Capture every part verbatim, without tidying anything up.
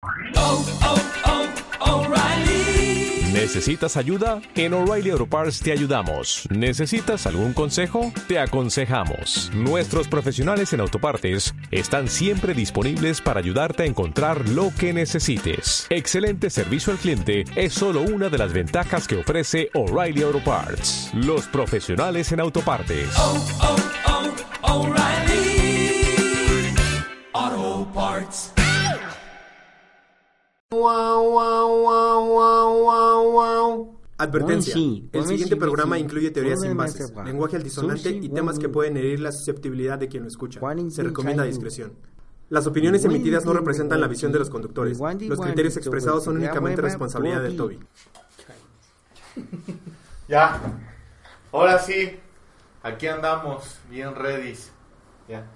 Oh, oh, oh, O'Reilly. ¿Necesitas ayuda? En O'Reilly Auto Parts te ayudamos. ¿Necesitas algún consejo? Te aconsejamos. Nuestros profesionales en autopartes están siempre disponibles para ayudarte a encontrar lo que necesites. Excelente servicio al cliente es solo una de las ventajas que ofrece O'Reilly Auto Parts. Los profesionales en autopartes. Oh, oh, oh, O'Reilly Auto Parts. Wow, wow, wow, wow, wow, wow. Advertencia, Sí, el siguiente programa incluye teorías sin Ponme bases, más lenguaje altisonante Sushi, y temas que Wang- pueden herir la susceptibilidad de quien lo escucha. Wang- Se recomienda Wang- discreción. Las opiniones Wang- emitidas no Wang- representan la visión de los Wang- conductores. Wang- Los Wang- criterios expresados son Wang- únicamente Wang- responsabilidad de Toby. Toby. Ya, ahora sí, aquí andamos, bien ready. Ya.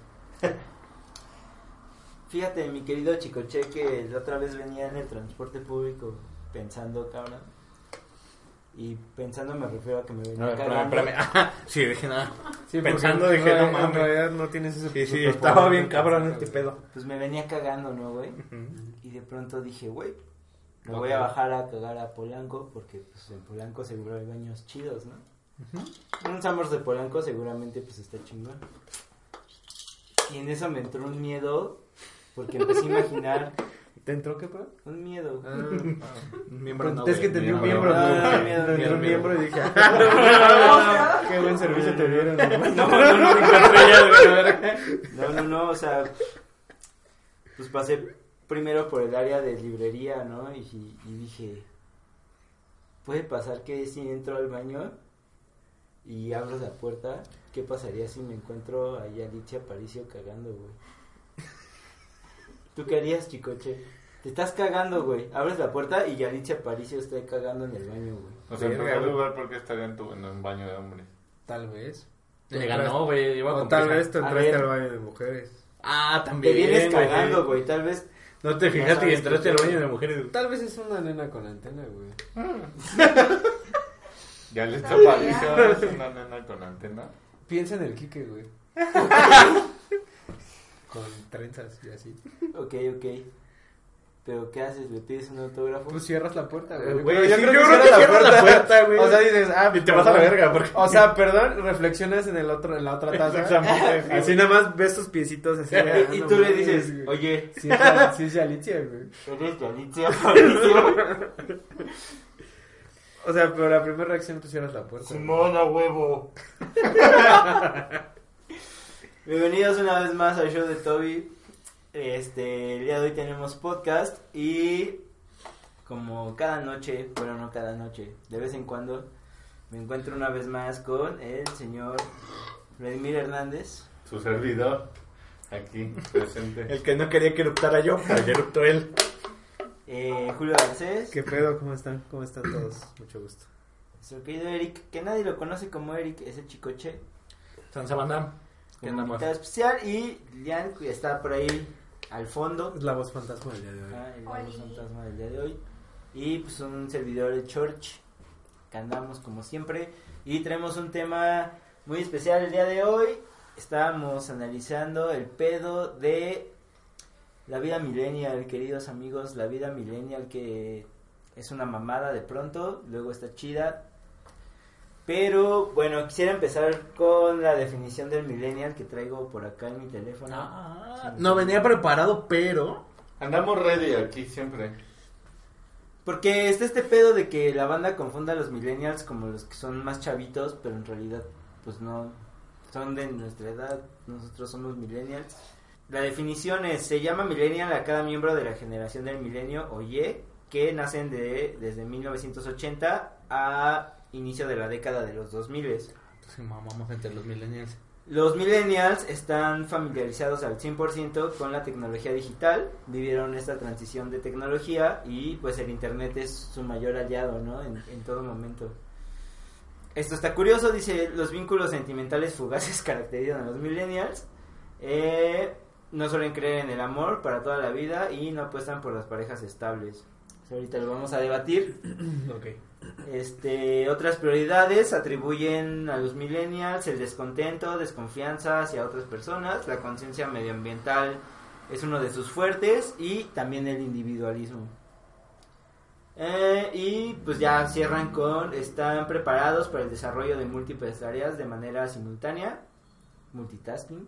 Fíjate, mi querido Chicoche, que la otra vez venía en el transporte público pensando, cabrón. Y pensando me refiero a que me venía No, espérame, cagando. espérame. Ajá, sí, dije nada. Sí, Pensando, porque dije, no en mames. realidad no tienes ese Sí, sí, superpoder. estaba bien cabrón este pedo. Pues me venía cagando, ¿no, güey? Y de pronto dije, güey, me voy Ok. a bajar a cagar a Polanco, porque pues en Polanco seguro hay baños chidos, ¿no? Un Summers de Polanco seguramente pues está chingón. Y en eso me entró un miedo, porque empecé a imaginar ¿Te entró qué, pedo? un miedo. Ah, Miembro no, es que güey, te dio un miembro, no, ¿no? no, no, miedo, Te dio miedo, un miedo. miembro y dije, ah, qué buen servicio te dieron. ¿no? No, no, no, no, no, no, o sea, pues pasé primero por el área de librería, ¿no? Y, y dije, ¿puede pasar que si entro al baño y abro la puerta, qué pasaría si me encuentro ahí a Alicia Aparicio cagando, güey? ¿Tú qué harías, Chicoche? Te estás cagando, güey. Abres la puerta y Alicia Aparicio está cagando en el baño, güey. O sea, en Verga, primer güey. lugar, ¿por qué estaría en, tu, en un baño de hombres? Tal vez. Le ganó, güey. Iba O con tal prisa. vez te A entraste ver. al baño de mujeres. Ah, Te también. vienes güey. cagando, güey. Tal vez... No te No fijaste y sabes entraste qué al pedo. baño de mujeres. Tal vez es una nena con antena, güey. Ya les apareció es una nena con antena. Piensa en el Kike, güey. Con trenzas y así. Ok, ok. ¿Pero qué haces? ¿Le pides un autógrafo? Pues cierras la puerta, Eh, güey. güey, Pero sí, yo creo que cierras la puerta, güey. O sea, dices, ah, Y te vas a la perdón. verga, porque... O sea, perdón, reflexionas en el otro, en la otra taza. Exactamente. Así nada más ves tus piecitos así. y, y tú le dices, oye, Sí, es Yal- sí es Yalitza, güey. eres Alicia Aparicio. O sea, pero la primera reacción tú cierras la puerta. Simona, huevo. Bienvenidos una vez más al show de Toby. Este, el día de hoy tenemos podcast y como cada noche, bueno, no cada noche, de vez en cuando me encuentro una vez más con el señor Vladimir Hernández. Su servidor, aquí, presente. El que no quería que eruptara yo, pero ya eruptó él. Eh, Julio Garcés, ¿Qué pedo? ¿Cómo están? ¿Cómo están todos? Mucho gusto. nuestro querido Eric, que nadie lo conoce como Eric, es el Chicoche, San Sabandam. ¿Qué como andamos? invitado especial, y Lian, que está por ahí al fondo. Es la voz fantasma del día de hoy. Ah, el Vamos fantasma del día de hoy. Y pues un servidor de Church, que andamos como siempre. Y traemos un tema muy especial el día de hoy. Estábamos analizando el pedo de la vida millennial, queridos amigos. La vida millennial que es una mamada de pronto, luego está chida. Pero bueno, quisiera empezar con la definición del millennial que traigo por acá en mi teléfono. Ah, no venía preparado, pero... Andamos ready aquí siempre. Porque está este pedo de que la banda confunda a los millennials como los que son más chavitos, pero en realidad pues no, son de nuestra edad, nosotros somos millennials. La definición es, se llama millennial a cada miembro de la generación del milenio o Y, que nacen de desde mil novecientos ochenta a inicio de la década de los dos mil. Entonces mamamos entre los millennials. Los millennials están familiarizados al cien por ciento con la tecnología digital, vivieron esta transición de tecnología y pues el internet es su mayor aliado, ¿no? En, en todo momento. Esto está curioso, dice, los vínculos sentimentales fugaces caracterizan a los millennials, eh, no suelen creer en el amor para toda la vida y no apuestan por las parejas estables. Ahorita lo vamos a debatir. Ok. Este, otras prioridades atribuyen a los millennials el descontento, desconfianza hacia otras personas, la conciencia medioambiental es uno de sus fuertes, y también el individualismo. Eh, y pues ya cierran con, están preparados para el desarrollo de múltiples tareas de manera simultánea, multitasking.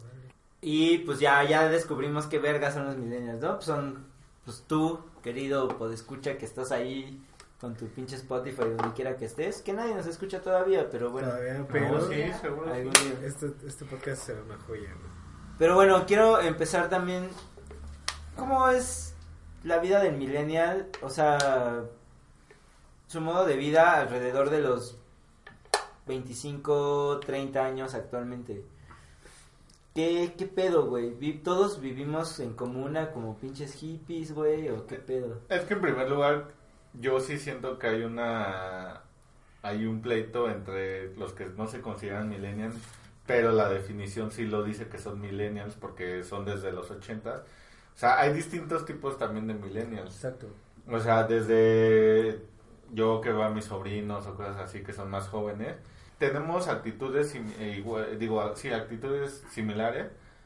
Y pues ya, ya descubrimos qué vergas son los millennials, ¿no? Pues son, pues tú, querido podescucha, que estás ahí con tu pinche Spotify, donde quiera que estés, que nadie nos escucha todavía, pero bueno. Todavía, pero No, sí, seguro. algún sí. día. este, este podcast será una joya, ¿no? Pero bueno, quiero empezar también, ¿cómo es la vida del millennial? O sea, su modo de vida alrededor de los veinticinco, treinta años actualmente. ¿Qué, qué pedo, güey? Vi- ¿Todos vivimos en comuna como pinches hippies, güey? ¿O qué pedo? Es que en primer lugar, yo sí siento que hay una... Hay un pleito entre los que no se consideran millennials, pero la definición sí lo dice que son millennials porque son desde los ochentas. O sea, hay distintos tipos también de millennials. Exacto. O sea, desde yo que veo a mis sobrinos o cosas así que son más jóvenes, tenemos actitudes, sim- eh, igual- digo, sí, actitudes similares,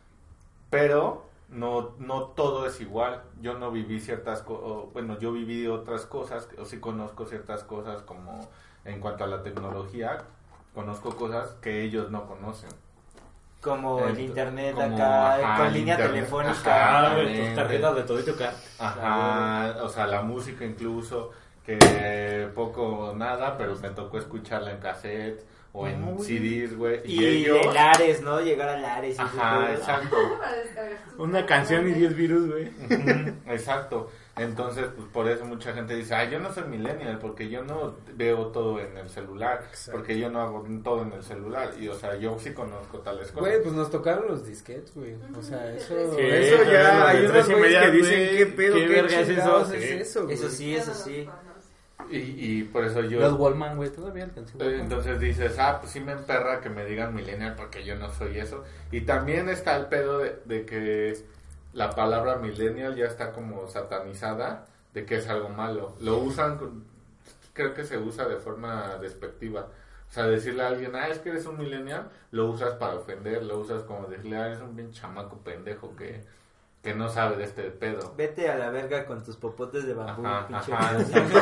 pero no no todo es igual. Yo no viví ciertas cosas, bueno, yo viví otras cosas, o sí conozco ciertas cosas como en cuanto a la tecnología, conozco cosas que ellos no conocen. Como el Esto, internet como, acá, ajá, con el línea internet, telefónica. ajá, Ah, güey, tus Exactamente. tarjetas de todito acá. Ajá, o sea, la música incluso, que poco o nada, pero me tocó escucharla en cassette o en Uy. C Ds, güey. Y, Y, ellos... de Lares, ¿no? Llegar a Lares. y ese Ajá, pedo. exacto. Para descargar tus Una canción y diez virus, güey. Ujú, exacto. Entonces, pues por eso mucha gente dice, ay, yo no soy millennial porque yo no veo todo en el celular, Exacto. porque yo no hago todo en el celular. Y, o sea, yo sí conozco tales cosas. Güey, pues nos tocaron los disquetes, güey. O sea, eso... Sí, eso pero ya, los hay de unos tres y güeyes media, que dicen, güey, ¿qué pedo, qué qué, verga es chingados eso? es Sí. eso, güey? Eso sí, Yo eso no los sí. conozco. Y, y por eso yo... Los Wallman, güey, todavía alcancé. Eh, Entonces dices, ah, pues sí me emperra que me digan millennial porque yo no soy eso. Y también está el pedo de, de que la palabra millennial ya está como satanizada, de que es algo malo. Lo usan, con- creo que se usa de forma despectiva. O sea, decirle a alguien, ah, es que eres un millennial, lo usas para ofender, lo usas como decirle, ah, eres un bien chamaco pendejo que, que no sabe de este pedo. Vete a la verga con tus popotes de bambú, Ajá, pinche. ajá,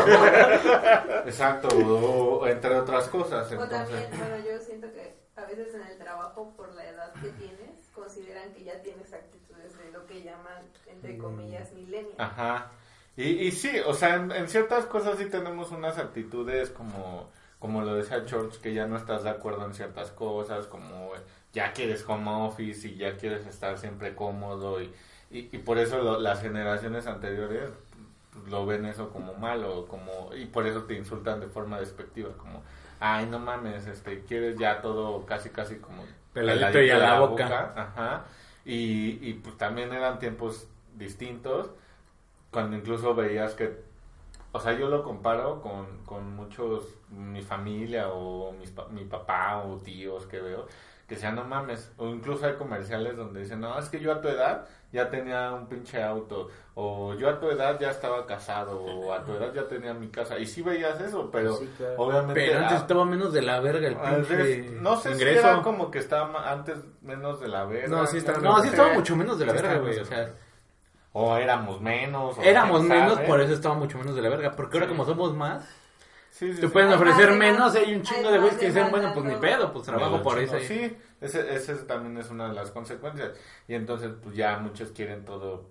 exacto. Exacto, o, o entre otras cosas. O Entonces, también, bueno, yo siento que a veces en el trabajo, por la edad que tienes, consideran que ya tienes actitudes de lo que llaman, entre comillas, millennial. Ajá. Y, y sí, o sea, en, en ciertas cosas sí tenemos unas actitudes como, como lo decía George, que ya no estás de acuerdo en ciertas cosas, como ya quieres home office y ya quieres estar siempre cómodo y, y, y por eso lo- las generaciones anteriores lo ven eso como malo, como y por eso te insultan de forma despectiva, como, ay, no mames, este, quieres ya todo casi casi como Peladito y a de la boca. Ajá. Y, y pues también eran tiempos distintos, cuando incluso veías que, o sea, yo lo comparo con, con muchos, mi familia o mis, pa- mi papá o tíos que veo, que decían, no mames, o incluso hay comerciales donde dicen, no, es que yo a tu edad ya tenía un pinche auto, o yo a tu edad ya estaba casado, o a tu edad ya tenía mi casa, y sí veías eso, pero Sí, claro. obviamente... Pero antes ah, estaba menos de la verga el antes- pinche no sé ingreso. si era como que estaba ma- antes menos de la verga. No, sí estaba No, sí sé. estaba mucho menos de la Sí verga, estaba güey. O más- sea, O éramos menos. O éramos quién menos, sabe. por eso estaba mucho menos de la verga. Porque ahora, como somos más, Sí, sí, te sí. pueden Hay ofrecer más menos. demanda. Hay un chingo Hay de güeyes más que dicen, demanda, bueno, pues ni todo. pedo, pues trabajo Me por lo eso. chingo. Sí, ese, ese también es una de las consecuencias. Y entonces, pues ya muchos quieren todo,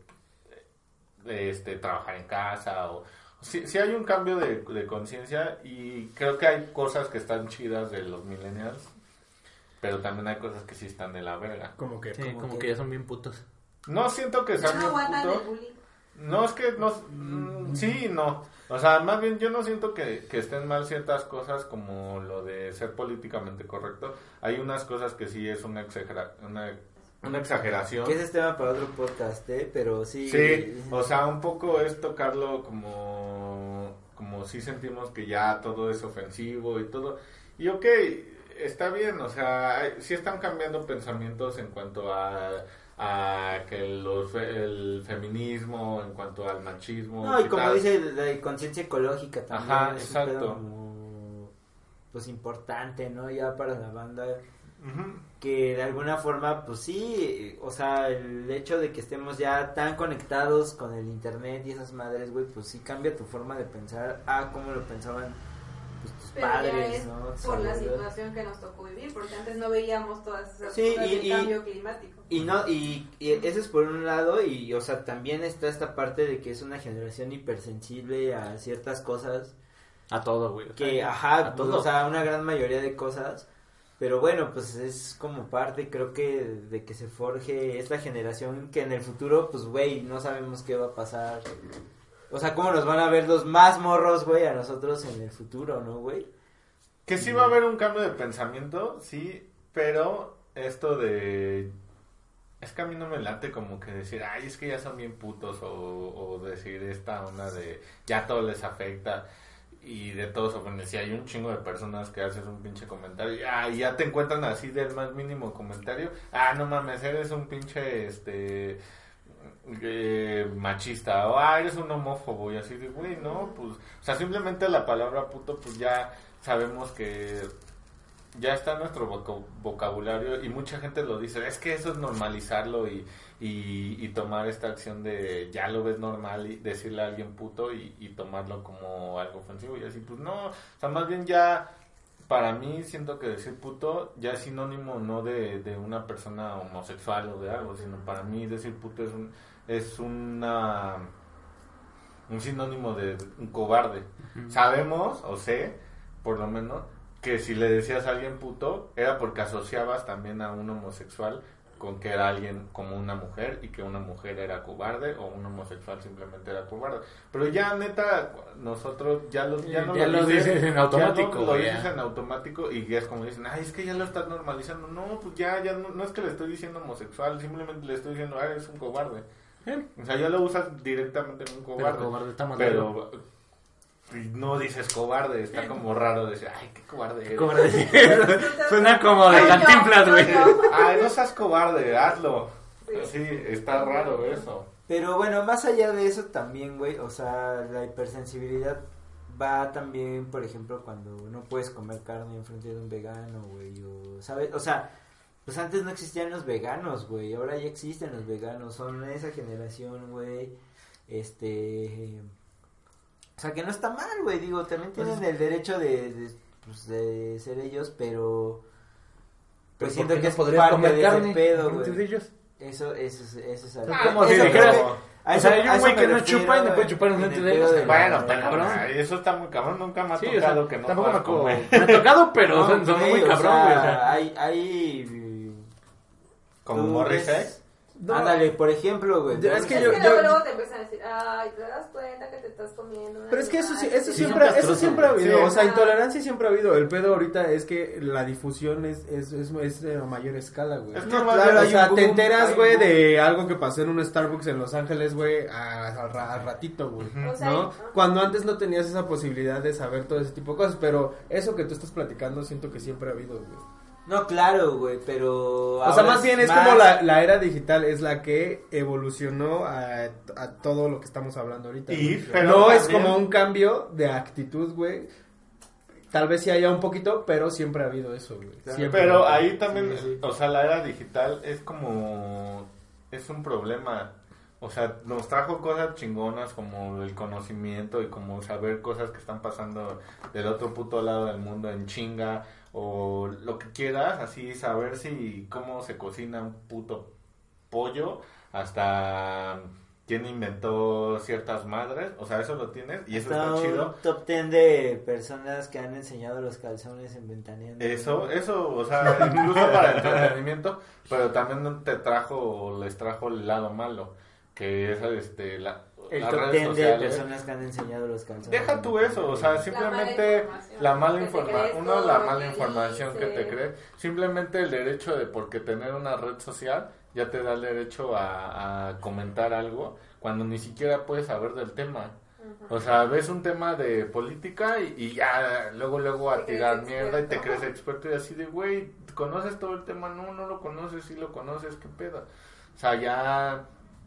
eh, este, trabajar en casa o... Sí, sí hay un cambio de, de conciencia y creo que hay cosas que están chidas de los millennials, pero también hay cosas que sí están de la verga. Como que... Sí, Como como que- que ya son bien putos. No siento que Ya sean no bien aguantan el putos. bullying. No, es que no, mm, sí y no. O sea, más bien yo no siento que, que estén mal ciertas cosas como lo de ser políticamente correcto. Hay unas cosas que sí es una, exagera, una, una exageración. Que ese es tema para otro podcast, ¿eh? Pero sí. Sí, o sea, un poco es tocarlo como, como si sentimos que ya todo es ofensivo y todo. Y ok, está bien, o sea, hay- sí están cambiando pensamientos en cuanto a, a que los, fe- el feminismo, en cuanto al machismo. No, y como tal. dice, la conciencia ecológica también. Ajá, es un exacto. pedo como, pues importante, ¿no? Ya para la banda. Ujú. que de alguna forma, pues sí, o sea, el hecho de que estemos ya tan conectados con el internet y esas madres, güey, pues sí cambia tu forma de pensar a cómo lo pensaban pues, tus Pero ya padres, es ¿no? por la Sobre- situación que nos tocó vivir, porque antes no veíamos todas esas Sí, cosas y- del y- cambio climático. Y no, y, y eso es por un lado, y o sea, también está esta parte de que es una generación hipersensible a ciertas cosas, A todo, güey. o sea, que, ajá, a pues, todo. o sea, una gran mayoría de cosas, pero bueno, pues es como parte, creo que, de que se forje esta generación que en el futuro, pues, güey, no sabemos qué va a pasar, o sea, cómo nos van a ver los más morros, güey, a nosotros en el futuro, ¿no, güey? Que sí va a haber un cambio de pensamiento, sí, pero esto de... Es que a mí no me late como que decir, ay, es que ya son bien putos, o, o decir esta onda de ya todo les afecta, y de todos ofenden. Si hay un chingo de personas que haces un pinche comentario, ah, y ya te encuentran así del más mínimo comentario, ah, no mames, eres un pinche, este... Eh, machista, o ah, eres un homófobo, y así de, güey, no, pues, o sea, simplemente la palabra puto, pues ya sabemos que ya está en nuestro voc- vocabulario, y mucha gente lo dice, es que eso es normalizarlo y, y, y tomar esta acción de ya lo ves normal y decirle a alguien puto y, y tomarlo como algo ofensivo, y así, pues no, o sea, más bien ya, para mí siento que decir puto ya es sinónimo no de, de una persona homosexual o de algo, sino para mí decir puto es un, es una un sinónimo de un cobarde. Sabemos, o sé, por lo menos, que si le decías a alguien puto, era porque asociabas también a un homosexual con que era alguien como una mujer, y que una mujer era cobarde, o un homosexual simplemente era cobarde. Pero ya, neta, nosotros ya lo, ya no Ya lo dices en automático, ya no lo güey, dices ya. en automático, y es como dicen, ay, es que ya lo estás normalizando. No, pues ya, ya no, no es que le estoy diciendo homosexual, simplemente le estoy diciendo, ah, eres un cobarde. O sea, ya lo usas directamente en un cobarde. Pero cobarde está más Pero no dices cobarde, está como raro decir, ay, qué cobarde eres. Cobarde. Suena como de Ay, no, Cantinflas, no, güey. no. Ay, no seas cobarde, hazlo. Sí. Sí, está raro eso. Pero bueno, más allá de eso también, güey, o sea, la hipersensibilidad va también, por ejemplo, cuando no puedes comer carne en frente de un vegano, güey, o, ¿sabes? O sea, pues antes no existían los veganos, güey, ahora ya existen los veganos, son esa generación, güey, este... O sea, que no está mal, güey, digo, también tienen el derecho de, de, pues, de ser ellos, pero... Pues siento que es podrías parte comer de carne ese pedo, enfrente güey. de ellos? Eso, eso, es- eso es algo. Es como si Eso dijeras, creo que- a o eso- sea, hay a un eso güey me que no refiero, chupa y no puede güey, chupar en enfrente el de pedo ellos. de la- Bueno, de pero la- cabrón. ay, eso está muy cabrón, nunca me ha Sí, o tocado sea, que no tampoco me, puedas co- comer. me ha tocado, pero No, son, son güey, muy o cabrón, sea, güey. o sea. Hay, hay... Como tú Morrissey. ves- No. Ándale, por ejemplo, güey. Ya, es que Es yo- que yo- luego, luego te empiezan a decir, ay, te das cuenta que te estás comiendo un Pero es que eso sí, animal. eso Sí, siempre, son eso castrosos, siempre ha habido, sí. o sea, Ah. intolerancia siempre ha habido. El pedo ahorita es que la difusión es, es, es, es de mayor escala, güey. Es que No, más claro, bien o hay sea, un te boom, enteras, hay güey, un boom. de algo que pasó en un Starbucks en Los Ángeles, güey, a- al ra- al ratito, güey. O sea, ¿No? ajá. Cuando antes no tenías esa posibilidad de saber todo ese tipo de cosas, pero eso que tú estás platicando siento que siempre ha habido, güey. No, claro, güey, pero... O sea, ahora más bien es más- como la, la era digital es la que evolucionó a, a todo lo que estamos hablando ahorita. Y, güey. pero no es también- como un cambio de actitud, güey. Tal vez sí haya un poquito, pero siempre ha habido eso, güey. Siempre. Pero ahí también, Sí, sí. o sea, la era digital es como, es un problema. O sea, nos trajo cosas chingonas como el conocimiento y como saber cosas que están pasando del otro puto lado del mundo en chinga o lo que quieras, así saber si cómo se cocina un puto pollo hasta quién inventó ciertas madres, o sea, eso lo tienes y eso Está está un chido. top ten de personas que han enseñado los calzones en Ventaneando. Eso, eso, o sea, incluso para entretenimiento, pero también te trajo o les trajo el lado malo, que es este la, El las top redes ten de sociales. personas que han enseñado los calzones. Deja en tú eso, o sea, simplemente la mala que te información, crees uno todo la lo mala que información que te dice. crees, simplemente el derecho de porque tener una red social ya te da el derecho a, a comentar algo cuando ni siquiera puedes saber del tema. O sea, ves un tema de política y, y ya luego luego a Te crees tirar mierda y te experto. crees experto y así de, güey, ¿conoces todo el tema? No, no lo conoces, sí lo conoces, qué pedo. O sea, ya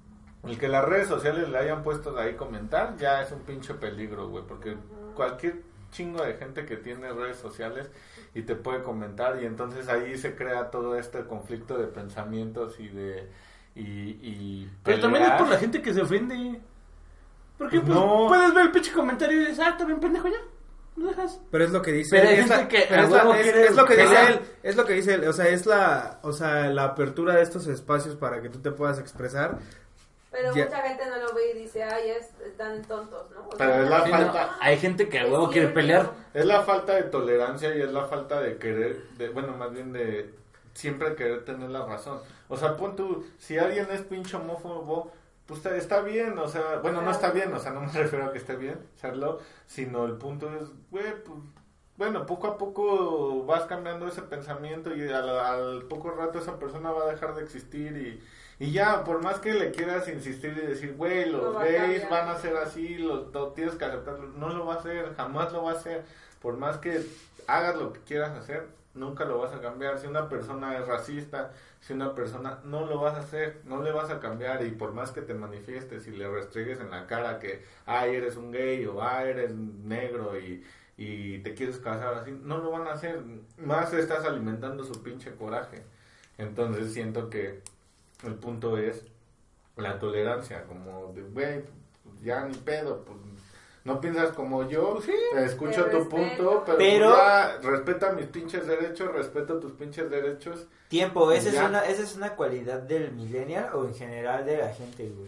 el que las redes sociales le hayan puesto de ahí comentar ya es un pinche peligro, güey, porque cualquier chingo de gente que tiene redes sociales y te puede comentar y entonces ahí se crea todo este conflicto de pensamientos y de y, y Pero también es peleas. por la gente que se ofende. Porque pues, No. puedes ver el pinche comentario y dices, ah, está bien pendejo ya. Lo dejas. Pero es lo que dice Pero hay es, gente la- que pero a es, la- huevo es- quiere es lo que dice pelear. él, es lo que dice él, o sea, es la, o sea, la apertura de estos espacios para que tú te puedas expresar. Pero Ya. mucha gente no lo ve y dice, ay, es, están tontos, ¿no? O Pero sea, es la Sí, no, falta- hay gente que a es huevo quiere cierto. pelear. Es la falta de tolerancia y es la falta de querer, de, bueno, más bien de siempre querer tener la razón. O sea, pon tú, si alguien es pinche homófobo, pues está, está bien, o sea, bueno, no está bien, o sea, no me refiero a que esté bien serlo, sino el punto es, güey, pues, bueno, poco a poco vas cambiando ese pensamiento y al, al poco rato esa persona va a dejar de existir y... Y ya, por más que le quieras insistir y decir, güey, No los va a gays cambiar. van a ser así, los, lo tienes que aceptarlo, no lo va a hacer, jamás lo va a hacer. Por más que hagas lo que quieras hacer, nunca lo vas a cambiar. Si una persona es racista, si una persona no lo vas a hacer, no le vas a cambiar. Y por más que te manifiestes y le restregues en la cara que, ay, eres un gay o ay, eres negro y, y te quieres casar así, no lo van a hacer. Más estás alimentando su pinche coraje. Entonces siento que el punto es la tolerancia, como de, güey, pues, ya ni pedo, pues, no piensas como yo, escucho Te tu respeto. punto, pero, Pero- pues, ya respeta mis pinches derechos, respeto tus pinches derechos. Tiempo, ¿esa es, Ya. una, ¿esa es una cualidad del millennial o en general de la gente, güey?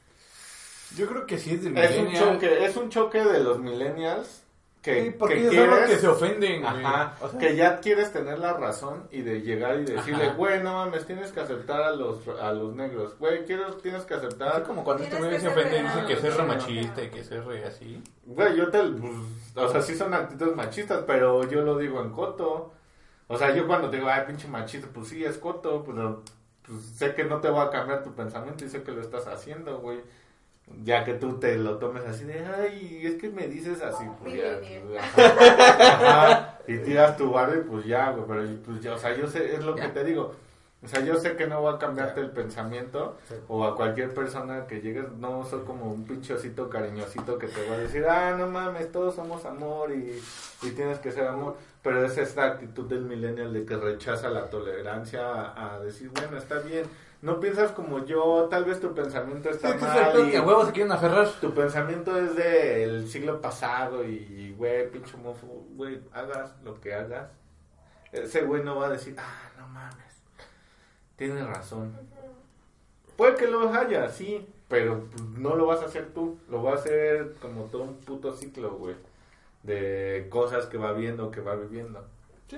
Yo creo que sí es del Es un millennial. choque, es un choque de los millennials que, Sí, porque que ellos son los quieres- que se ofenden, güey. Ajá, O sea, que ya quieres tener la razón y de llegar y decirle, Ajá. güey, no mames, tienes que aceptar a los a los negros, güey, quiero, tienes que aceptar. así como cuando este Tienes güey que se ser ofende y dice real. que ser re machista y que ser re así. Güey, yo te, pues, o sea, sí son actitudes machistas, pero yo lo digo en coto. O sea, yo cuando te digo, ay, pinche machista, pues sí, es coto, pero pues sé que no te va a cambiar tu pensamiento y sé que lo estás haciendo, güey. Ya que tú te lo tomes así de, ay, es que me dices así, pues ya. Millennial. Ajá, ajá, y tiras tu barrio y pues ya, güey, pero pues ya, o sea, yo sé, es lo que te digo. O sea, yo sé que no va a cambiarte el pensamiento o a cualquier persona que llegues, no soy como un pinche osito cariñosito que te va a decir, ah, no mames, todos somos amor y, y tienes que ser amor. Pero es esta actitud del millennial de que rechaza la tolerancia a, a decir, bueno, está bien, no piensas como yo, tal vez tu pensamiento está Sí, que es el mal pedo y que a huevos se quieren aferrar. tu pensamiento es del siglo pasado y, güey, pinche mofo, güey, hagas lo que hagas. Ese güey no va a decir, ah, no mames, tienes razón. Puede que lo haya, sí, pero pues, no lo vas a hacer tú, lo va a hacer como todo un puto ciclo, güey, de cosas que va viendo, que va viviendo.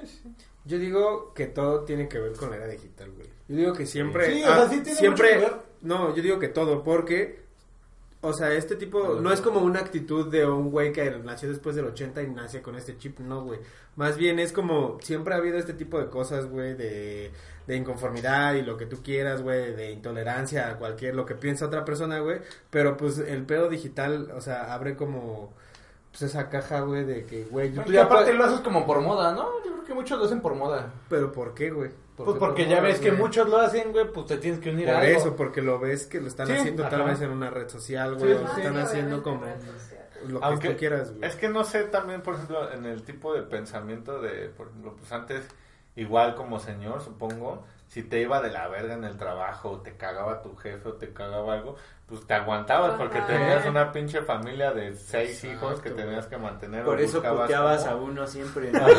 Yo digo que todo tiene que ver con la era digital, güey. Yo digo que siempre... Sí, o sea, sí tiene siempre, mucho que ver. No, yo digo que todo, porque... O sea, este tipo... No es como una actitud de un güey que nació después del ochenta y nace con este chip, no, güey. Más bien es como... Siempre ha habido este tipo de cosas, güey, de... De inconformidad y lo que tú quieras, güey, de intolerancia a cualquier... Lo que piensa otra persona, güey. Pero, pues, el pedo digital, o sea, abre como... Pues esa caja, güey, de que, güey... tú Y ya aparte puedes- lo haces como por moda, ¿no? Yo creo que muchos lo hacen por moda. Pero, ¿por qué, güey? ¿Por Pues qué porque por ya moda, ves que güey? muchos lo hacen, güey, pues te tienes que unir a Por algo. eso, porque lo ves que lo están Sí, haciendo tal ajá. vez en una red social, Sí, güey, sí, o sí. están Sí, haciendo obviamente, como red social. lo que Aunque tú quieras, güey. es que no sé también, por ejemplo, en el tipo de pensamiento de, por ejemplo, pues antes, igual como señor, supongo, si te iba de la verga en el trabajo, o te cagaba tu jefe, o te cagaba algo, pues te aguantabas porque Ajá. tenías una pinche familia de seis Exacto, hijos que güey. tenías que mantener. Por o eso buscabas puteabas cómo. a uno siempre, ¿no?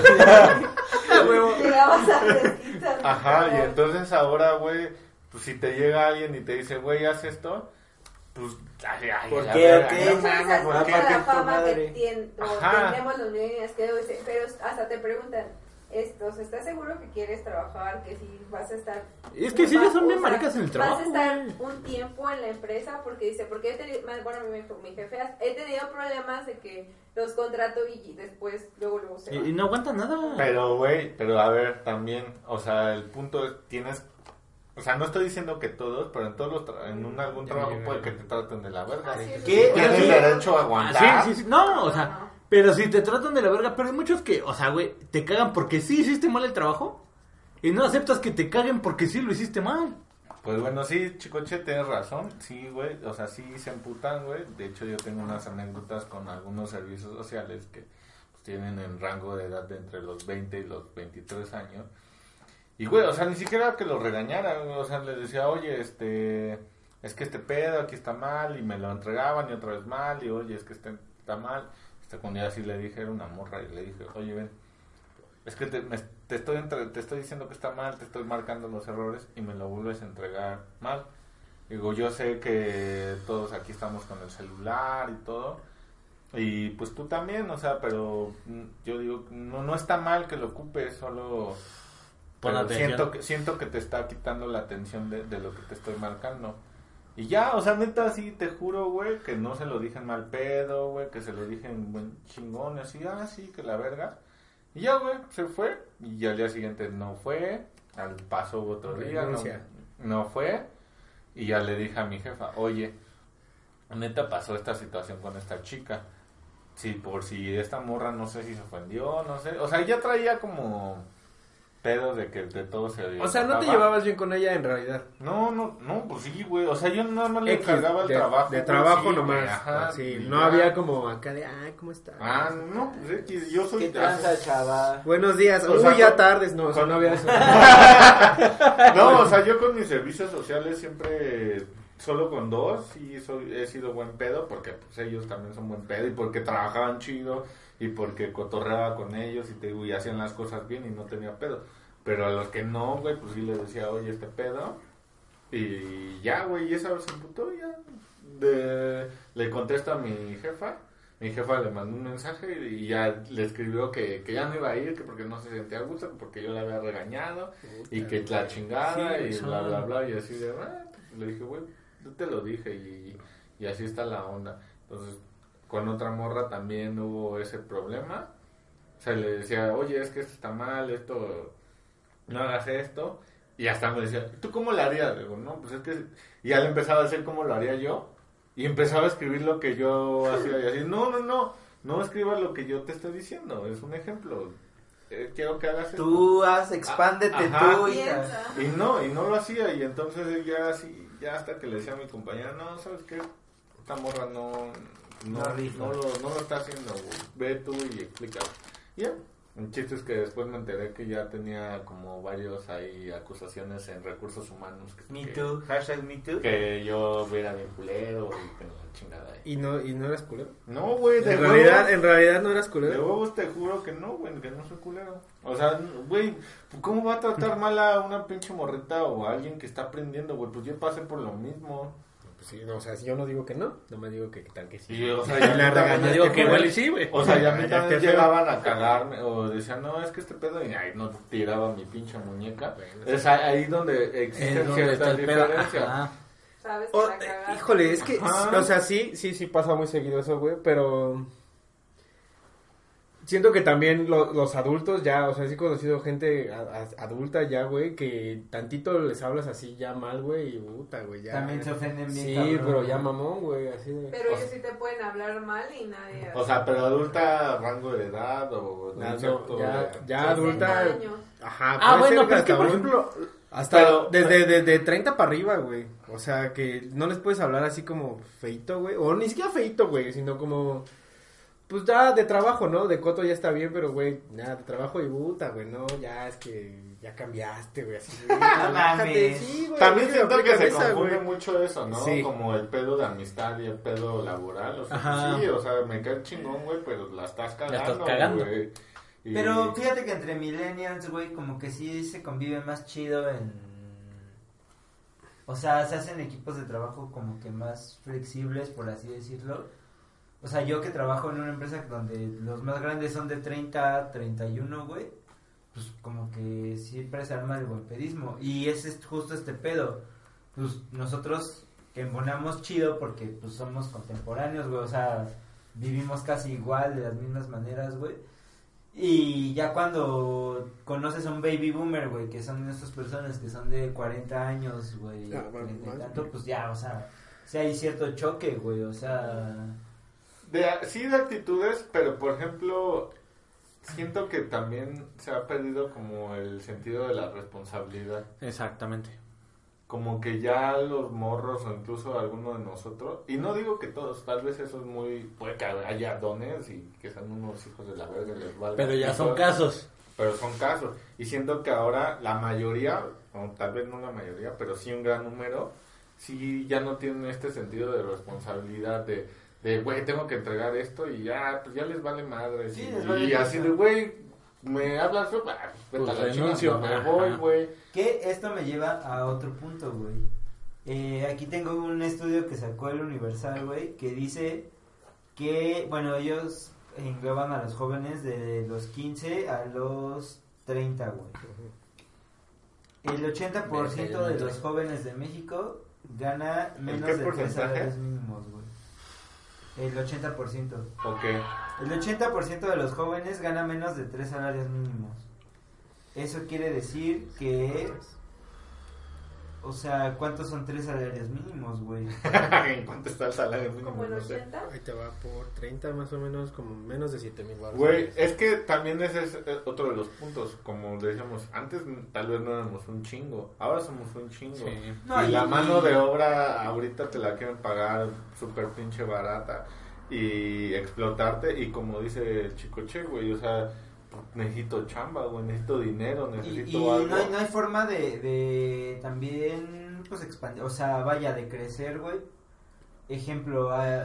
Llegabas a desquitar. Ajá, y entonces ahora, güey, pues si te llega alguien y te dice, güey, haz esto, pues, ay, ay, ¿Por la qué, verga, o qué? no Eso mames, es ¿por toda qué? Aparte la tu fama que madre. tien- o Ajá. tenemos los millennials, que dice- pero hasta te preguntan, estos, ¿estás seguro que quieres trabajar? Que si vas a estar... Y es que sí, ya son bien o sea, maricas en el trabajo, Vas a estar güey. un tiempo en la empresa porque dice, porque he tenido, bueno, mi, mi jefe, he tenido problemas de que los contrato y después luego luego se Y, y van. no aguanta nada. Pero, güey, pero a ver, también, o sea, el punto es, tienes, o sea, no estoy diciendo que todos, pero en todos los, tra- en un, algún Ya trabajo me puede llegué. que te traten de la verga. Así es. ¿Qué? Tienes Sí. derecho a aguantar. Ah, sí, sí, sí. No, o sea, No. pero si te tratan de la verga, pero hay muchos que, o sea, güey, te cagan porque sí hiciste mal el trabajo y no aceptas que te caguen porque sí lo hiciste mal. Pues bueno, sí, Chicoche, tienes razón, sí, güey, o sea, sí se emputan, güey. De hecho, yo tengo unas anécdotas con algunos servicios sociales que pues, tienen en rango de edad de entre los veinte y los veintitrés años. Y, güey, o sea, ni siquiera que lo regañara, o sea, les decía, oye, este, es que este pedo aquí está mal, y me lo entregaban y otra vez mal, y oye, es que este está mal. Hasta cuando ya así le dije, era una morra, y le dije, oye, ven, es que te, me, te, estoy entre, te estoy diciendo que está mal, te estoy marcando los errores, y me lo vuelves a entregar mal. Digo, yo sé que todos aquí estamos con el celular y todo, y pues tú también, o sea, pero yo digo, no, no está mal que lo ocupes, solo... Pon Pero atención. siento que, siento que te está quitando la atención de, de lo que te estoy marcando. Y ya, o sea, neta, sí, te juro, güey, que no se lo dije en mal pedo, güey, que se lo dije en buen chingón, así, ah, sí, que la verga. Y ya, güey, se fue. Y al día siguiente no fue. Al paso otro día, no, no fue. Y ya le dije a mi jefa, oye, neta pasó esta situación con esta chica. Sí, por si esta morra no sé si se ofendió, no sé. O sea, ya traía como... pedo de que de todo se... O sea, no te acaba. llevabas bien con ella en realidad. No, no, no, pues sí, güey. O sea, yo nada más le X, cargaba el de, trabajo. De güey, trabajo sí, nomás. güey, ajá, sí, y no ya. había como acá de, ay, ¿cómo estás? Ah, no, pues X, yo soy... ¿Qué tranza, chava? Buenos días. O Uy, sea, ya con- tardes. No, o sea, con- no había eso. No, o sea, yo con mis servicios sociales siempre... Solo con dos y soy, he sido buen pedo porque pues ellos también son buen pedo y porque trabajaban chido y porque cotorreaba con ellos y, te, y hacían las cosas bien y no tenía pedo. Pero a los que no, güey, pues sí les decía, oye, este pedo. Y ya, güey, y esa vez se emputó, ya. De, le contesto a mi jefa. Mi jefa le mandó un mensaje y ya le escribió que, que ya no iba a ir, que porque no se sentía a gusto, que porque yo la había regañado y que la chingada Sí, y son- bla, bla, bla. Y así de, ah, le dije, güey, yo te lo dije y, y así está la onda. Entonces, con otra morra también hubo ese problema. O sea, le decía, oye, es que esto está mal, esto, no hagas esto. Y hasta me decía, ¿tú cómo lo harías? Le digo, no, pues es que... Y ya le empezaba a decir cómo lo haría yo. Y empezaba a escribir lo que yo hacía. Y así, no, no, no, no escribas lo que yo te estoy diciendo. Es un ejemplo. Eh, quiero que hagas esto. Tú haz, expándete Ajá. tú, hija. Piensa. Y no, y no lo hacía. Y entonces ya así, ya hasta que le decía a mi compañera, no, ¿sabes qué? Esta morra no, no, No rifa. no, lo, no lo está haciendo, güey. Ve tú y explícalo. Y ya. El chiste es que después me enteré que ya tenía como varios ahí acusaciones en recursos humanos. Que, Me que, too, hashtag me too. que yo era bien culero y que la chingada ahí. ¿Y no, y no eras culero? No, güey, de En realidad, huevos. en realidad no eras De culero. huevos te juro que no, güey, que no soy culero. O sea, güey, ¿cómo va a tratar mal a una pinche morrita o a alguien que está aprendiendo, güey? Pues yo pasé por lo mismo. Pues sí, no, o sea, si yo no digo que no, no me digo que tal que sí. Y, o sea, Y ya la me también- regañaste, Digo que güey. igual y sí, güey. O sea, ya me Ya también te feo. llegaban a cagarme o decían, no, es que este pedo, y ahí no tiraba mi pinche muñeca. Bueno, Es ahí, ahí donde existen Es donde está ciertas el pedo. diferencias. Ajá. Sabes que O- la cagaste. híjole, es que, Ajá. o sea, sí, sí, sí pasa muy seguido eso, güey, pero siento que también lo- los adultos ya, o sea, sí he conocido gente a- a- adulta ya, güey, que tantito les hablas así ya mal, güey, y puta, güey, ya. También se ofenden bien, Sí, cabrón. pero ya mamón, güey, así de... Pero ellos sí te pueden hablar mal y nadie. O sea, pero adulta, rango de edad o de Ya, un cierto- ya, ya sesenta adulta... años. Ajá, Ah, puede bueno, ser pero es que, hasta por un- ejemplo, Hasta Pero- desde de, de treinta para arriba, güey. O sea, que no les puedes hablar así como feito, güey. O ni siquiera feito, güey, sino como... Pues ya de trabajo, ¿no? De coto ya está bien, pero, güey, nada, de trabajo y puta, güey, no, ya es que ya cambiaste, güey, así. güey, relájate, mames. sí, güey. También sí, siento que aplican se esa, confunde güey. mucho eso, ¿no? Sí. Como el pedo de amistad y el pedo laboral. O sea, Ajá. sí, o sea, me cae chingón, güey, pero la estás cagando, estás cagando. güey. Y- Pero fíjate que entre millennials, güey, como que sí se convive más chido en... O sea, se hacen equipos de trabajo como que más flexibles, por así decirlo. O sea, yo que trabajo en una empresa donde los más grandes son de treinta a treinta y uno, güey, pues como que siempre se arma el buen pedismo. Y ese es justo este pedo. Pues nosotros que embonamos chido porque pues somos contemporáneos, güey, o sea, vivimos casi igual, de las mismas maneras, güey. Y ya cuando conoces a un baby boomer, güey, que son estas personas que son de cuarenta años, güey, Ah, bueno, treinta y más, tanto, güey. pues ya, o sea, sí hay cierto choque, güey, o sea... De, sí, de actitudes, pero por ejemplo, siento que también se ha perdido como el sentido de la responsabilidad. Exactamente. como que ya los morros o incluso alguno de nosotros, y no digo que todos, tal vez eso es muy, puede que haya dones y que sean unos hijos de la verga y les valga. Pero ya son Eso- casos. Pero son casos. Y siento que ahora la mayoría, o tal vez no la mayoría, pero sí un gran número, sí ya no tienen este sentido de responsabilidad de, de güey, tengo que entregar esto y ya, pues ya les vale madre. Sí, y les vale y así madre. de, güey, me hablas, pues, ah, vete Pues a la renuncio. chingada, me voy, Ajá. güey. Que esto me lleva a otro punto, güey. Eh, aquí tengo un estudio que sacó el Universal, güey, que dice que, bueno, ellos engloban a los jóvenes de los quince a los treinta, güey. El ochenta por ciento de los jóvenes de México gana menos qué de tres porcentaje? salarios mínimos, güey. El ochenta por ciento. Ok. El ochenta por ciento de los jóvenes gana menos de tres salarios mínimos. Eso quiere decir que... O sea, ¿cuántos son tres salarios mínimos, güey? ¿En cuánto está el salario mínimo? Como el No sé. ochenta. Ahí te va por treinta más o menos, como menos de siete mil baros. Güey, es que también ese es eh, otro de los puntos, como decíamos, antes mm, tal vez no éramos un chingo, ahora somos un chingo. Sí. No, y, y- la mano y- de obra ahorita te la quieren pagar súper pinche barata y explotarte y como dice el Chicoche, güey, o sea, pues, necesito chamba, güey, necesito dinero, Y, necesito y algo. no, hay, no hay forma de, de también, pues, expandir, o sea, vaya, de crecer, güey. Ejemplo, ah,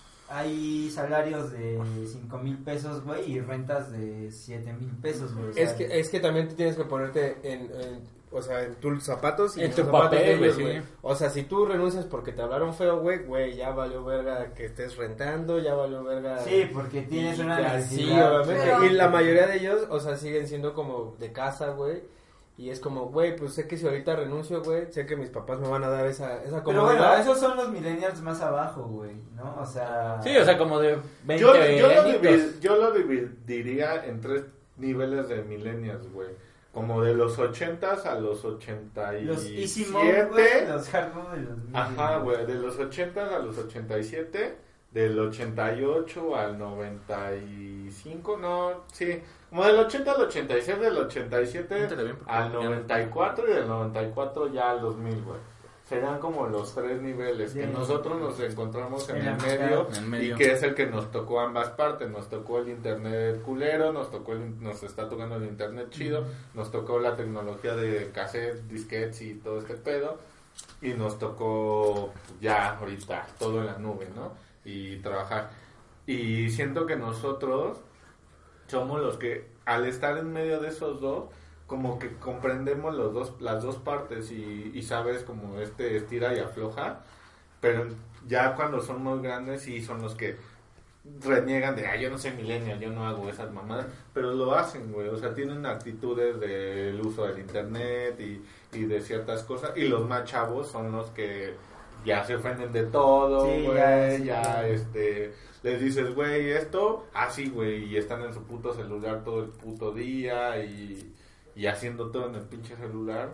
hay salarios de cinco mil pesos, güey, y rentas de siete mil pesos, güey. o sea, Es que, es que también tú tienes que ponerte en, en- o sea, en tus zapatos y En los tu zapatos papel, de ellos, güey, güey. sí. O sea, si tú renuncias porque te hablaron feo, güey, güey, ya valió verga que estés rentando, ya valió verga. Sí, porque tienes Y- una ya, necesidad. Sí, obviamente. Pero- Y la mayoría de ellos, o sea, siguen siendo como de casa, güey. Y es como, güey, pues sé que si ahorita renuncio, güey, sé que mis papás me van a dar esa, esa Pero bueno, comodidad. esos son los millennials más abajo, güey, ¿no? O sea... Sí, o sea, como de veinte Yo, yo, lo añitos. divid- yo lo dividiría en tres niveles de millennials, güey. Como de los ochentas a los ochenta y Los easy siete. mode, güey, los hard mode y los Ajá, millennials. güey, de los ochentas a los ochenta y siete, del ochenta y ocho al noventa y cinco, no, sí, como del ochenta al ochenta y siete, del ochenta y siete Métele bien, porque al ya- noventa y cuatro y del noventa y cuatro ya al dos mil, güey. Serán como los tres niveles que Sí. nosotros nos encontramos en, En la el mitad. medio, En el medio. y que es el que nos tocó ambas partes. Nos tocó el internet culero, nos tocó el, in- nos está tocando el internet chido, nos tocó la tecnología de cassette, disquetes y todo este pedo, y nos tocó ya ahorita todo en la nube, ¿no? Y trabajar. Y siento que nosotros somos los que al estar en medio de esos dos como que comprendemos los dos las dos partes y, y sabes como este estira y afloja, pero ya cuando son muy grandes sí son los que reniegan de, ah, yo no soy millennial, yo no hago esas mamadas, pero lo hacen, güey, o sea, tienen actitudes del uso del internet y, y de ciertas cosas, y los más chavos son los que ya se ofenden de todo, Sí, güey, ya, ya, sí, ya. este, les dices, güey, esto, así, güey, y están en su puto celular todo el puto día y, y haciendo todo en el pinche celular,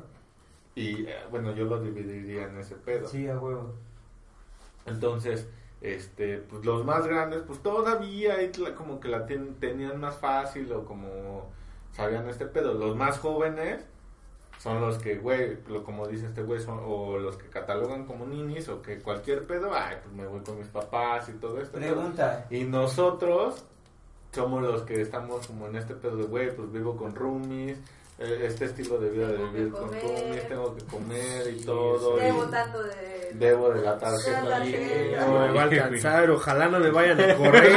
y eh, bueno, yo lo dividiría en ese pedo. Sí, a huevo. Entonces, este, pues los más grandes, pues todavía ahí la- como que la ten- tenían más fácil o como sabían este pedo. Los más jóvenes son los que, güey, lo, como dice este güey, son o los que catalogan como ninis o que cualquier pedo, ay, pues me voy con mis papás y todo esto. Pregunta. Y nosotros somos los que estamos como en este pedo de, güey, pues vivo con roomies, eh, este estilo de vida de Tengo que vivir con comer. roomies, tengo que comer y todo. y- Debo tanto de... Debo de la De la tarjeta. tarjeta. No me va a alcanzar, ojalá no me vayan a correr.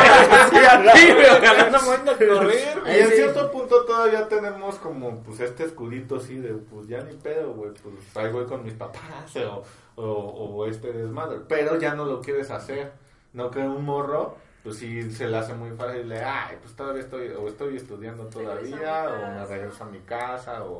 Sí, pero ojalá no me vayan a correr. Y en cierto punto todavía tenemos como pues este escudito así de pues ya ni pedo, güey, pues ahí voy con mis papás o, o, o este desmadre, pero ya no lo quieres hacer, no que un morro pues sí se le hace muy fácil de, ay, pues todavía estoy, o estoy estudiando todavía, Regreso a mi o me casa. regreso a mi casa, o,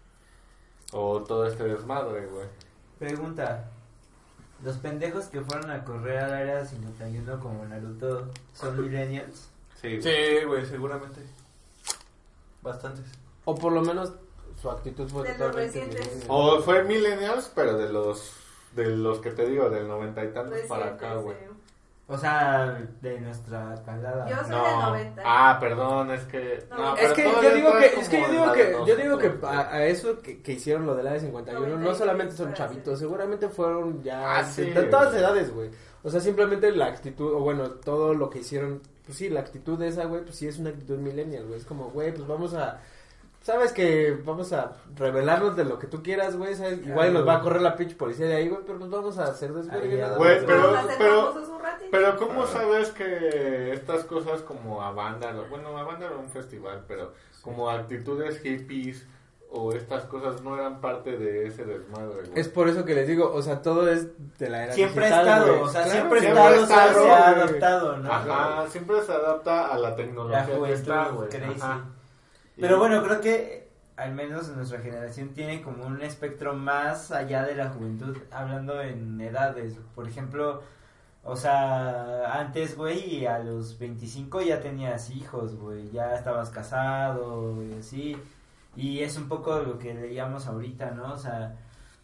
o todo este desmadre, güey. Pregunta. ¿Los pendejos que fueron a correr al área cincuenta y uno como Naruto son millennials? Sí, Sí, güey, seguramente. Bastantes. O por lo menos su actitud fue De los totalmente recientes. millennial. o fue millennials, pero de los, de los que te digo, del noventa y tantos para acá, güey. Recientes, O sea, de nuestra calada. Yo soy No. del noventa. Ah, perdón, es que... No, no, Es pero que todo yo ya digo está que, como es que yo digo la que, de yo los- digo que a, a eso que, que hicieron lo del área cincuenta y uno, no solamente son chavitos, seguramente fueron ya Ah, sí, de, de todas güey. edades, güey. O sea, simplemente la actitud, o bueno, todo lo que hicieron, pues sí, la actitud de esa, güey, pues sí es una actitud millennial, güey. Es como, güey, pues vamos a, sabes que vamos a revelarnos de lo que tú quieras, güey, ¿sabes? Igual Claro. nos va a correr la pinche policía de ahí, güey, pero pues vamos a hacer desvergue Ahí, nada Güey, más. pero- Vamos a ser pero- famosos un ratito. Pero ¿cómo sabes que estas cosas como a Vándalo, bueno, a Vándalo un festival, pero como actitudes hippies o estas cosas no eran parte de ese desmadre, güey? Es por eso que les digo, o sea, todo es de la era Siempre ha digital, estado, güey. o sea, Claro, siempre ha siempre estado, ha estado, se ha güey. adaptado, ¿no? Ajá, siempre se adapta a la La tecnología que juventud está, güey. crazy. Ajá. Pero Y- bueno, creo que al menos en nuestra generación tiene como un espectro más allá de la juventud, hablando en edades. Por ejemplo, o sea, antes, güey, a los veinticinco ya tenías hijos, güey, ya estabas casado y así. Y es un poco lo que leíamos ahorita, ¿no? O sea,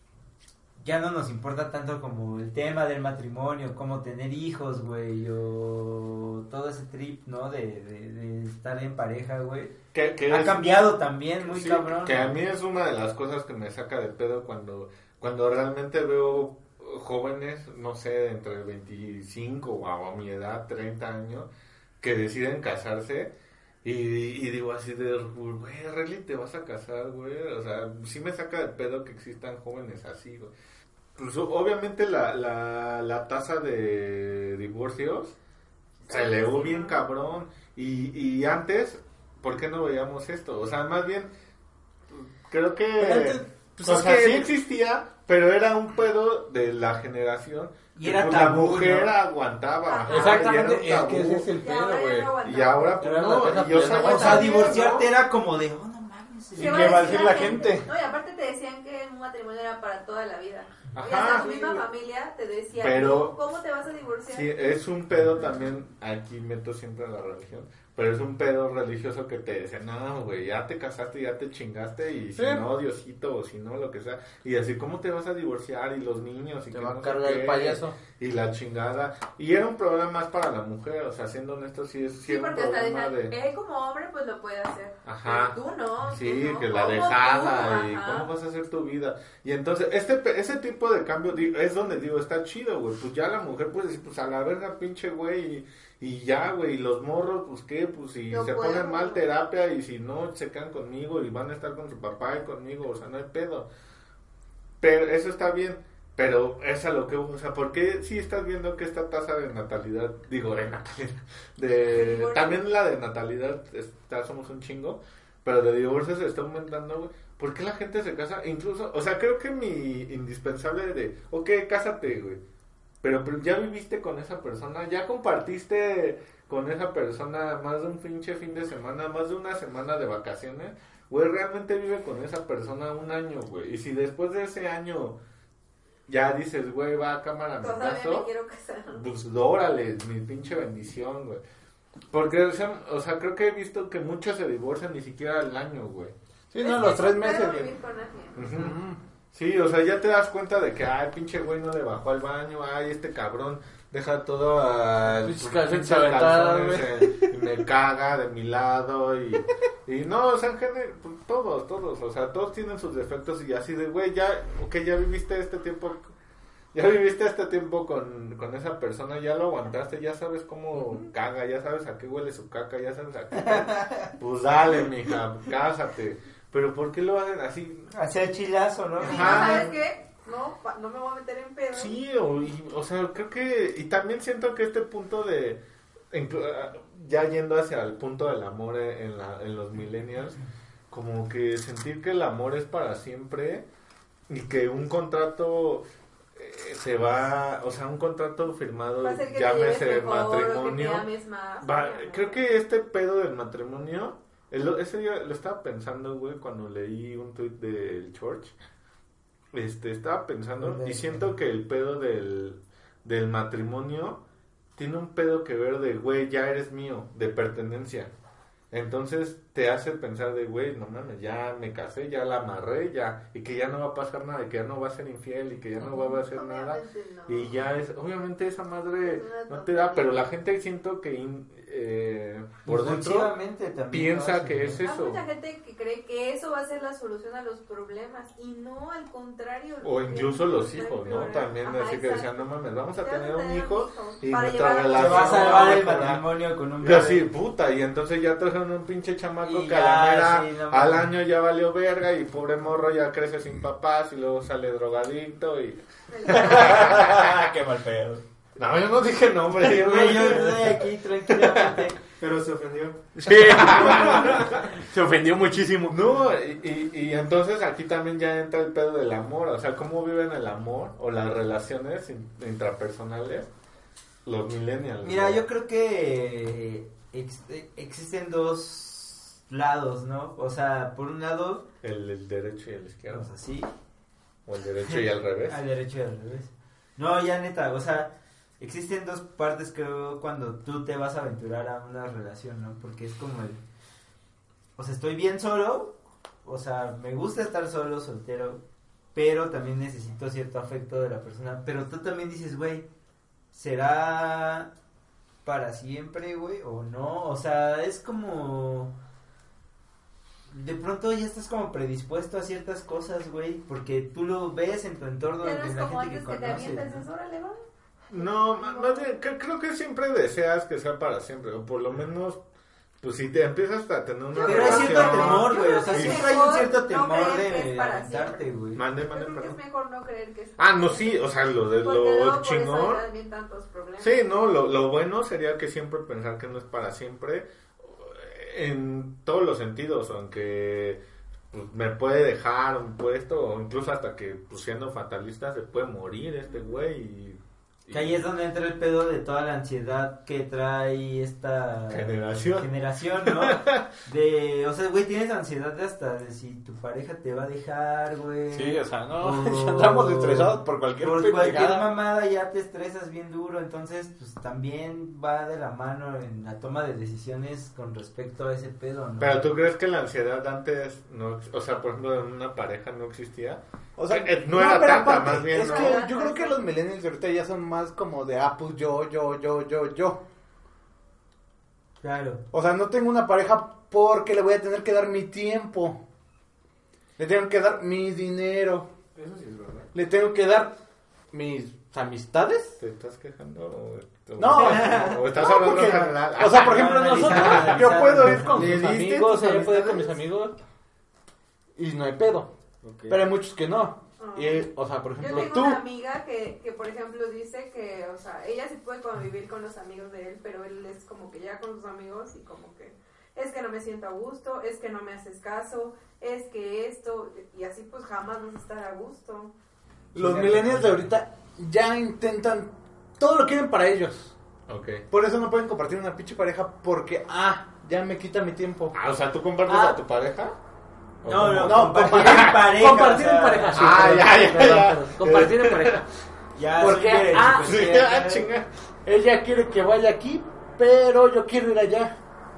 ya no nos importa tanto como el tema del matrimonio, cómo tener hijos, güey, o todo ese trip, ¿no? De, de, de estar en pareja, güey. que, que Ha es- cambiado también, muy sí, cabrón. que a ¿no? mí es una de las cosas que me saca de pedo cuando, cuando realmente veo jóvenes, no sé, entre veinticinco o a mi edad, treinta años, que deciden casarse y, y digo así de, güey, ¿really te vas a casar, güey? O sea, sí me saca de pedo que existan jóvenes así, güey. Pues obviamente la, la, la tasa de divorcios se elevó bien cabrón. Y, y antes, ¿por qué no veíamos esto? O sea, más bien, creo que... Pero antes, pues, o es sea, que- sí existía, pero era un pedo de la generación. Y que, era pues, tabú, la mujer ¿no? aguantaba. ajá, Exactamente, y era es un que ese tabú. es el Y pedo, ahora ya güey. no aguantamos. Y ahora, pues Era no, la cosa y yo plena, sé güey. O sea, también, divorciarte ¿no? era como de, oh, no mames. ¿Qué ¿Y va qué va a decir decir la gente? No, y aparte te decían que un matrimonio era para toda la vida. y Ajá, hasta tu sí, misma güey. familia te decía, Pero- "No, ¿cómo te vas a divorciar?" Sí, es un pedo también, aquí meto siempre la religión, pero es un pedo religioso que te dice, no, güey, ya te casaste, ya te chingaste, y si Sí. no, Diosito, o si no, lo que sea, y así, ¿cómo te vas a divorciar? Y los niños, y Te que va no a sé cargar el qué, payaso. y la chingada, y era un problema más para la mujer, o sea, siendo honesto, sí es sí Sí, era un porque hasta problema decían, de... él como hombre pues lo puede hacer. Ajá. Pero tú no. Sí, tú no. que la ¿Cómo dejada tú? y Ajá. cómo vas a hacer tu vida. Y entonces, este pe- ese tipo de cambio di- es donde digo, está chido, güey. Pues ya la mujer puede decir, pues a la verga, pinche güey, y, y ya, güey. Y los morros, pues qué, pues si No se puedo. ponen mal terapia y si no, se quedan conmigo y van a estar con su papá y conmigo, o sea, no hay pedo. Pero eso está bien. Pero es a lo que, o sea, ¿por qué si estás viendo que esta tasa de natalidad, digo, de natalidad, de, Divorcio. también la de natalidad, está, somos un chingo, pero de divorcios se está aumentando, güey? ¿Por qué la gente se casa? Incluso, o sea, creo que mi indispensable de, ok, cásate, güey, pero, pero ya viviste con esa persona, ya compartiste con esa persona más de un pinche fin de semana, más de una semana de vacaciones, güey, realmente vive con esa persona un año, güey, y si después de ese año ya dices, güey, va a cámara, me Todavía me caso, quiero casar. pues órale, mi pinche bendición, güey. Porque, o sea, o sea, creo que he visto que muchos se divorcian ni siquiera al año, güey. Sí, Es no, que los es tres un pedo meses. güey. vivir con alguien. Ujú. Sí, o sea, ya te das cuenta de que, ay, pinche güey no le bajó al baño, ay, este cabrón deja todo a Pinches sus calzones pinches aventados, calzones, eh, y me caga de mi lado y, y no, o sea, en general, pues, todos, todos, o sea, todos tienen sus defectos y así de, güey, ya, ok, ya viviste este tiempo, ya viviste este tiempo con, con esa persona, ya lo aguantaste, ya sabes cómo caga, ya sabes a qué huele su caca, ya sabes a qué, pues dale, mija, cásate. Pero ¿por qué lo hacen así? Hacia chilazo, ¿no? Y no, Ajá. ¿sabes qué? No, pa- no me voy a meter en pedo. Sí, o, y- o sea, creo que... Y también siento que este punto de... inclu- ya yendo hacia el punto del amor en, la, en los millennials, como que sentir que el amor es para siempre y que un contrato eh, se va... O sea, un contrato firmado, Va a ser que te llámese lleves mejor o que te matrimonio... ames más. Va, o que- creo que este pedo del matrimonio, el- ese día lo estaba pensando, güey, cuando leí un tweet del George. Este, estaba pensando y siento que el pedo del, del matrimonio tiene un pedo que ver de, güey, ya eres mío, de pertenencia. Entonces te hace pensar de, güey, no mames, ya me casé, ya la amarré, ya, y que ya no va a pasar nada, y que ya no va a ser infiel, y que ya no va a hacer nada, Obviamente no. y ya es, obviamente esa madre Es una no te da, tontería. pero la gente siento que in- eh, por dentro Impulsivamente también piensa lo hacen, que ¿no? es Hay eso, mucha gente que cree que eso va a ser la solución a los problemas y no, al contrario. o lo que incluso nos los va a hijos, ¿no? empeorar. También Ajá, así que exacto. decían, no mames, vamos a Te vas tener un tener hijo y para nuestra llevar a- relación Se va a salvar el va a mejorar. matrimonio con un Y bebé. así, puta, y entonces ya trajeron un pinche chamaco Y que a la ya, mera, sí, no al mames. año ya valió verga y pobre morro ya crece sin papás y luego sale drogadicto y... Qué mal pedo. No, yo no dije nombre. yo no Güey, yo dije- estoy aquí tranquilamente. Pero se ofendió. Sí. Se ofendió muchísimo. No, y, y, y entonces aquí también ya entra el pedo del amor, o sea, cómo viven el amor o las relaciones in- intrapersonales los millennials. Mira, güey. yo creo que ex- existen dos lados, ¿no? O sea, por un lado, El, el derecho y el izquierdo, pues así, o el derecho y al revés. al derecho y al revés. No, ya neta, o sea, existen dos partes, creo, cuando tú te vas a aventurar a una relación, ¿no? Porque es como el... O sea, estoy bien solo, o sea, me gusta estar solo, soltero, pero también necesito cierto afecto de la persona. Pero tú también dices, güey, ¿será para siempre, güey? ¿O no? O sea, es como... De pronto ya estás como predispuesto a ciertas cosas, güey, porque tú lo ves en tu entorno, Ya no en es la como gente que antes que te conoces, avientas, ¿no? es órale, va. No, ma- más bien, cre- creo que siempre deseas que sea para siempre, o por lo menos, pues si te empiezas a tener una Pero hay cierto relación- temor, güey, o sea, Yo creo que siempre es hay un mejor cierto no temor creer que de es para aventarte, siempre. güey. Mande, Yo mande, creo que perdón. es mejor no creer que es Ah, no, sí, o sea, lo de Porque luego lo por eso chingón. hay también tantos problemas. Sí, no, lo, lo bueno sería que siempre pensar que no es para siempre en todos los sentidos, aunque pues, me puede dejar un puesto o incluso hasta que pues, siendo fatalista se puede morir este güey y, y- Que ahí es donde entra el pedo de toda la ansiedad que trae esta Generación. generación, ¿no? De, o sea, güey, tienes ansiedad de hasta de si tu pareja te va a dejar, güey. Sí, o sea, no, O- andamos estresados por cualquier Por cualquier pendejada. mamada ya te estresas bien duro, entonces pues también va de la mano en la toma de decisiones con respecto a ese pedo, ¿no? Pero tú crees que la ansiedad antes, no, o sea, por ejemplo, en una pareja no existía. O sea, Eh, no era pero tanta, aparte, más bien, es ¿no? que yo creo que los millennials de ahorita ya son más como de, ah, pues yo, yo, yo, yo, yo. Claro. O sea, no tengo una pareja porque le voy a tener que dar mi tiempo. Le tengo que dar mi dinero. Eso sí es verdad. Le tengo que dar mis amistades. ¿Te estás quejando o, o- No, o estás no, hablando porque- en general? O sea, por ejemplo, no, nosotros, analizar, yo analizar. puedo ir con ¿Le mis diste amigos, tus ella puede ir con mis amistades? amigos. Y no hay pedo. Ok. Pero hay muchos que no. Ah. Y, o sea, por Yo ejemplo, tengo tú. una amiga que, que, por ejemplo, dice que, o sea, ella sí puede convivir con los amigos de él, pero él es como que llega con sus amigos y como que es que no me siento a gusto, es que no me haces caso, es que esto, y así pues jamás vas a estar a gusto. Los Sí, millennials de ahorita ya intentan, todo lo quieren para ellos. Ok. Por eso no pueden compartir una pinche pareja porque, ah, ya me quita mi tiempo. Ah, o sea, ¿tú compartes Ah. a tu pareja? ¿O No, cómo? no, No, compartir compartir, en pareja. compartir o sea, en pareja, sí. Ah, perdón, ya, ya, perdón, ya. perdón. Compartir en pareja. Ya, Porque, soy de ah, Sí, cincuenta, ah, chinga. Ella quiere que vaya aquí, pero yo quiero ir allá.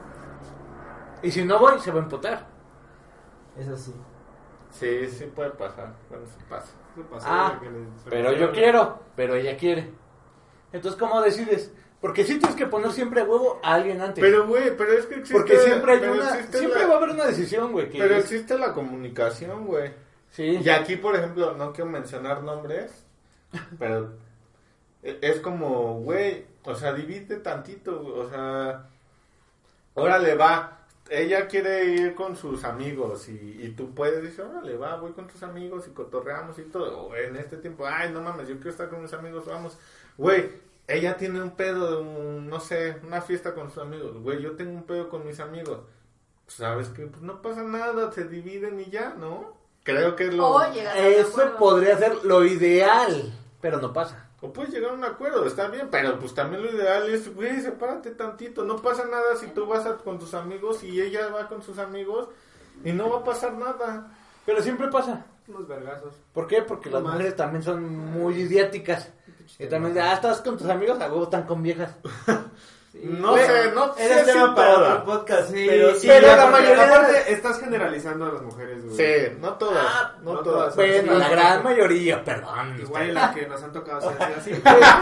Y si no voy, se va a emputar. Eso sí. Sí, sí puede pasar. Bueno, sí pasa. Eso pasó Ah, de que le- pero yo quiero, pero ella quiere. Entonces, ¿cómo decides? Porque sí tienes que poner siempre a huevo a alguien antes. Pero, güey, pero es que existe... Porque siempre hay pero una, existe siempre la- va a haber una decisión, güey. que Pero es- existe la comunicación, güey. Sí. Y aquí, por ejemplo, no quiero mencionar nombres, pero e- es como, güey, o sea, divide tantito, o sea, órale, va. Ella quiere ir con sus amigos y, y tú puedes decir, órale, va, voy con tus amigos y cotorreamos y todo. O en este tiempo, ay, no mames, yo quiero estar con mis amigos, vamos. Güey, ella tiene un pedo, de un, no sé, una fiesta con sus amigos. Güey, yo tengo un pedo con mis amigos. ¿Sabes qué? Pues no pasa nada, se dividen y ya, ¿no? Creo que es lo... O llegar a un Eso acuerdo. podría ser lo ideal, pero no pasa. O puedes llegar a un acuerdo, está bien, pero pues también lo ideal es, güey, sepárate tantito, no pasa nada si tú vas a- con tus amigos y ella va con sus amigos y no va a pasar nada. Pero siempre pasa. Unos vergazos. ¿Por qué? Porque No las más. mujeres también son muy idiáticas. Y también de, ah, estás con tus amigos, a huevo están con viejas. No Güey, sé, que no Era sé si tema para todas. otro podcast, Sí, pero sí, sí. pero ya, la porque mayoría aparte de- estás generalizando a las mujeres, güey. Sí, no todas, Ah, no, no todas. todas. Bueno, Sí, la sí, gran sí. mayoría, perdón. Igual y las que nos han tocado ser así.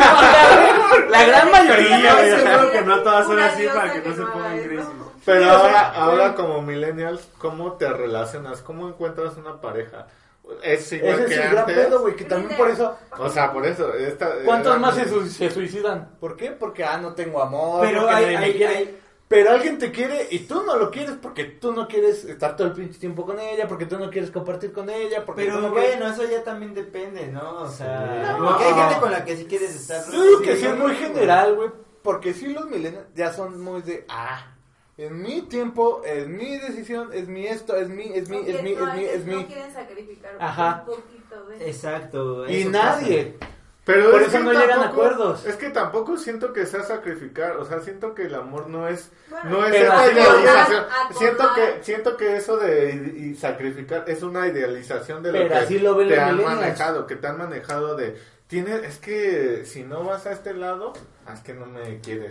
La gran mayoría, güey. Yo seguro que no todas son Una así diosa para que que no se no pongan haga crisis. eso. Pero Sí, o ahora, sea, ahora güey. como millennials, ¿cómo te relacionas? ¿Cómo encuentras una pareja? Es igual Ese que es el gran antes. pedo, güey, que también por eso... O sea, por eso. Esta, ¿Cuántos era- más se, su- se suicidan? ¿Por qué? Porque, ah, no tengo amor, Pero porque hay- nadie me hay- quiere. hay- Pero alguien te quiere y tú no lo quieres porque tú no quieres estar todo el pinche tiempo con ella, porque tú no quieres compartir con ella, porque tú Pero no quieres... bueno, eso ya también depende, ¿no? O sea, Sí. porque hay No. gente con la que sí quieres estar. Yo digo que sí es muy general, güey, porque sí los millennials ya son muy de, ah, en mi tiempo, es mi decisión, es mi esto, es mi, es mi, No es mi, quieren- es mi, no, es no mi. quieren sacrificar Ajá. un poquito de... Exacto. Y eso nadie. Pero Por es eso que no llegan a tampoco- acuerdos. Es que tampoco siento que sea sacrificar, o sea, siento que el amor no es Bueno, no es pero esa así lo idealización. ven. Acordar- Siento que siento que eso de y- y sacrificar es una idealización de lo Pero que así lo ven te los han millennials. manejado, que te han manejado de tienes es que si no vas a este lado, ah, es que no me quieres.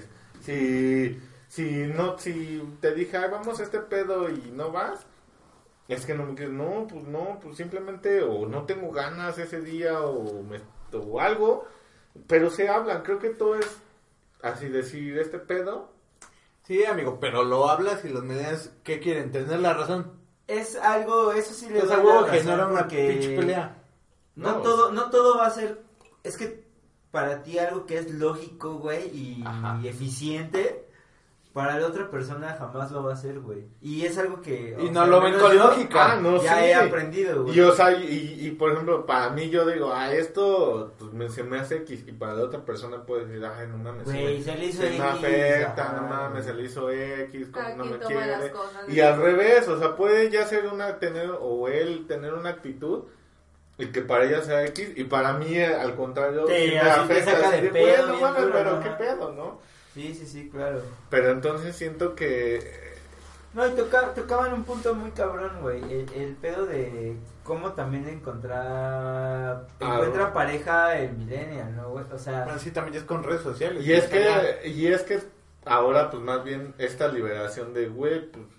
Si si no si te dije, "Ay, vamos a este pedo" y no vas, es que no me quieres. No, pues no, pues simplemente o no tengo ganas ese día o me o algo. Pero se hablan, creo que todo es así decir este pedo. Sí, amigo, pero lo hablas y los millennials, ¿qué quieren? ¿Tener la razón? Es algo, eso sí le Pues doy a huevo la razón, genera una porque pinche pelea. No, No. todo, no todo va a ser, es que para ti algo que es lógico, güey, y, Ajá. y eficiente, para la otra persona jamás lo va a hacer, güey. Y es algo que... Y o no sea, lo al ven menos con yo lógica. Ah, no, ya sí. he aprendido, güey. Y, o sea, y, y, por ejemplo, para mí yo digo, ah, esto pues, me, se me hace X. Y para la otra persona puede decir, ay, no mames. Güey, se se le hizo me X, afecta, ajá. no mames, se le hizo X, como Cada no quien me toma las quiere. cosas Y de- al revés, o sea, puede ya ser una, tener, o él tener una actitud y que para ella sea X. Y para mí, eh, al contrario, Sí, sí me así te afecta. saca así de de, pedo, "Güey, no bien mames, duro, pero ¿no? qué pedo, ¿no? Sí, sí, sí, claro. Pero entonces siento que... No, y toca, tocaban un punto muy cabrón, güey. El, el pedo de cómo también encontrar. Ah, encuentra güey. pareja el millennial, ¿no, güey? O sea. Bueno, sí, también ya es con redes sociales. Y es Ya. que, y es que ahora, pues más bien, esta liberación de, güey, pues,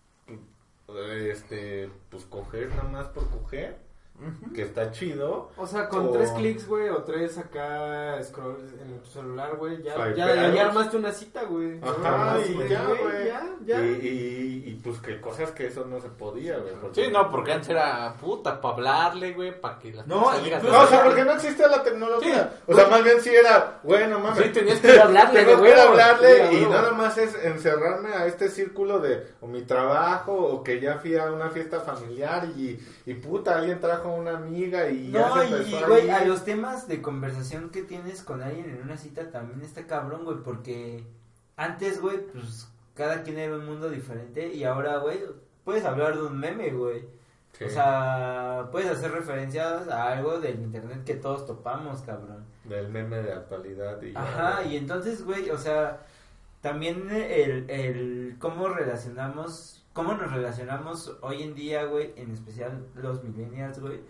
pues, este, pues coger nada más por coger, que está chido. O sea, con O- tres clics, güey, o tres acá scroll en tu celular, güey, ya, Swipear. ya, ya armaste una cita, güey. Ajá, No, y güey, ya, güey. Ya, ya. Y, y, y, pues que cosas que eso no se podía, güey. porque- Sí, no, porque antes era puta, para hablarle, güey, para que las No, cosas salieran. incluso- No, o sea, porque no existía la tecnología. Sí. O sea, más bien sí era, bueno, mames. Sí, tenías que ir a hablarle, Tengo de que ir a huevos. hablarle Sí, a y huevo. nada más es encerrarme a este círculo de o mi trabajo o que ya fui a una fiesta familiar y, y puta, alguien trajo a una amiga y ya No, se y empezó güey, ahí. a los temas de conversación que tienes con alguien en una cita también está cabrón, güey, porque antes, güey, pues cada quien era un mundo diferente y ahora, güey, puedes hablar de un meme, güey. Sí. O sea, puedes hacer referencias a algo del internet que todos topamos, cabrón. Del meme de actualidad y ya, Ajá, güey. y entonces, güey, o sea, también el, el cómo relacionamos, cómo nos relacionamos hoy en día, güey, en especial los millennials, güey,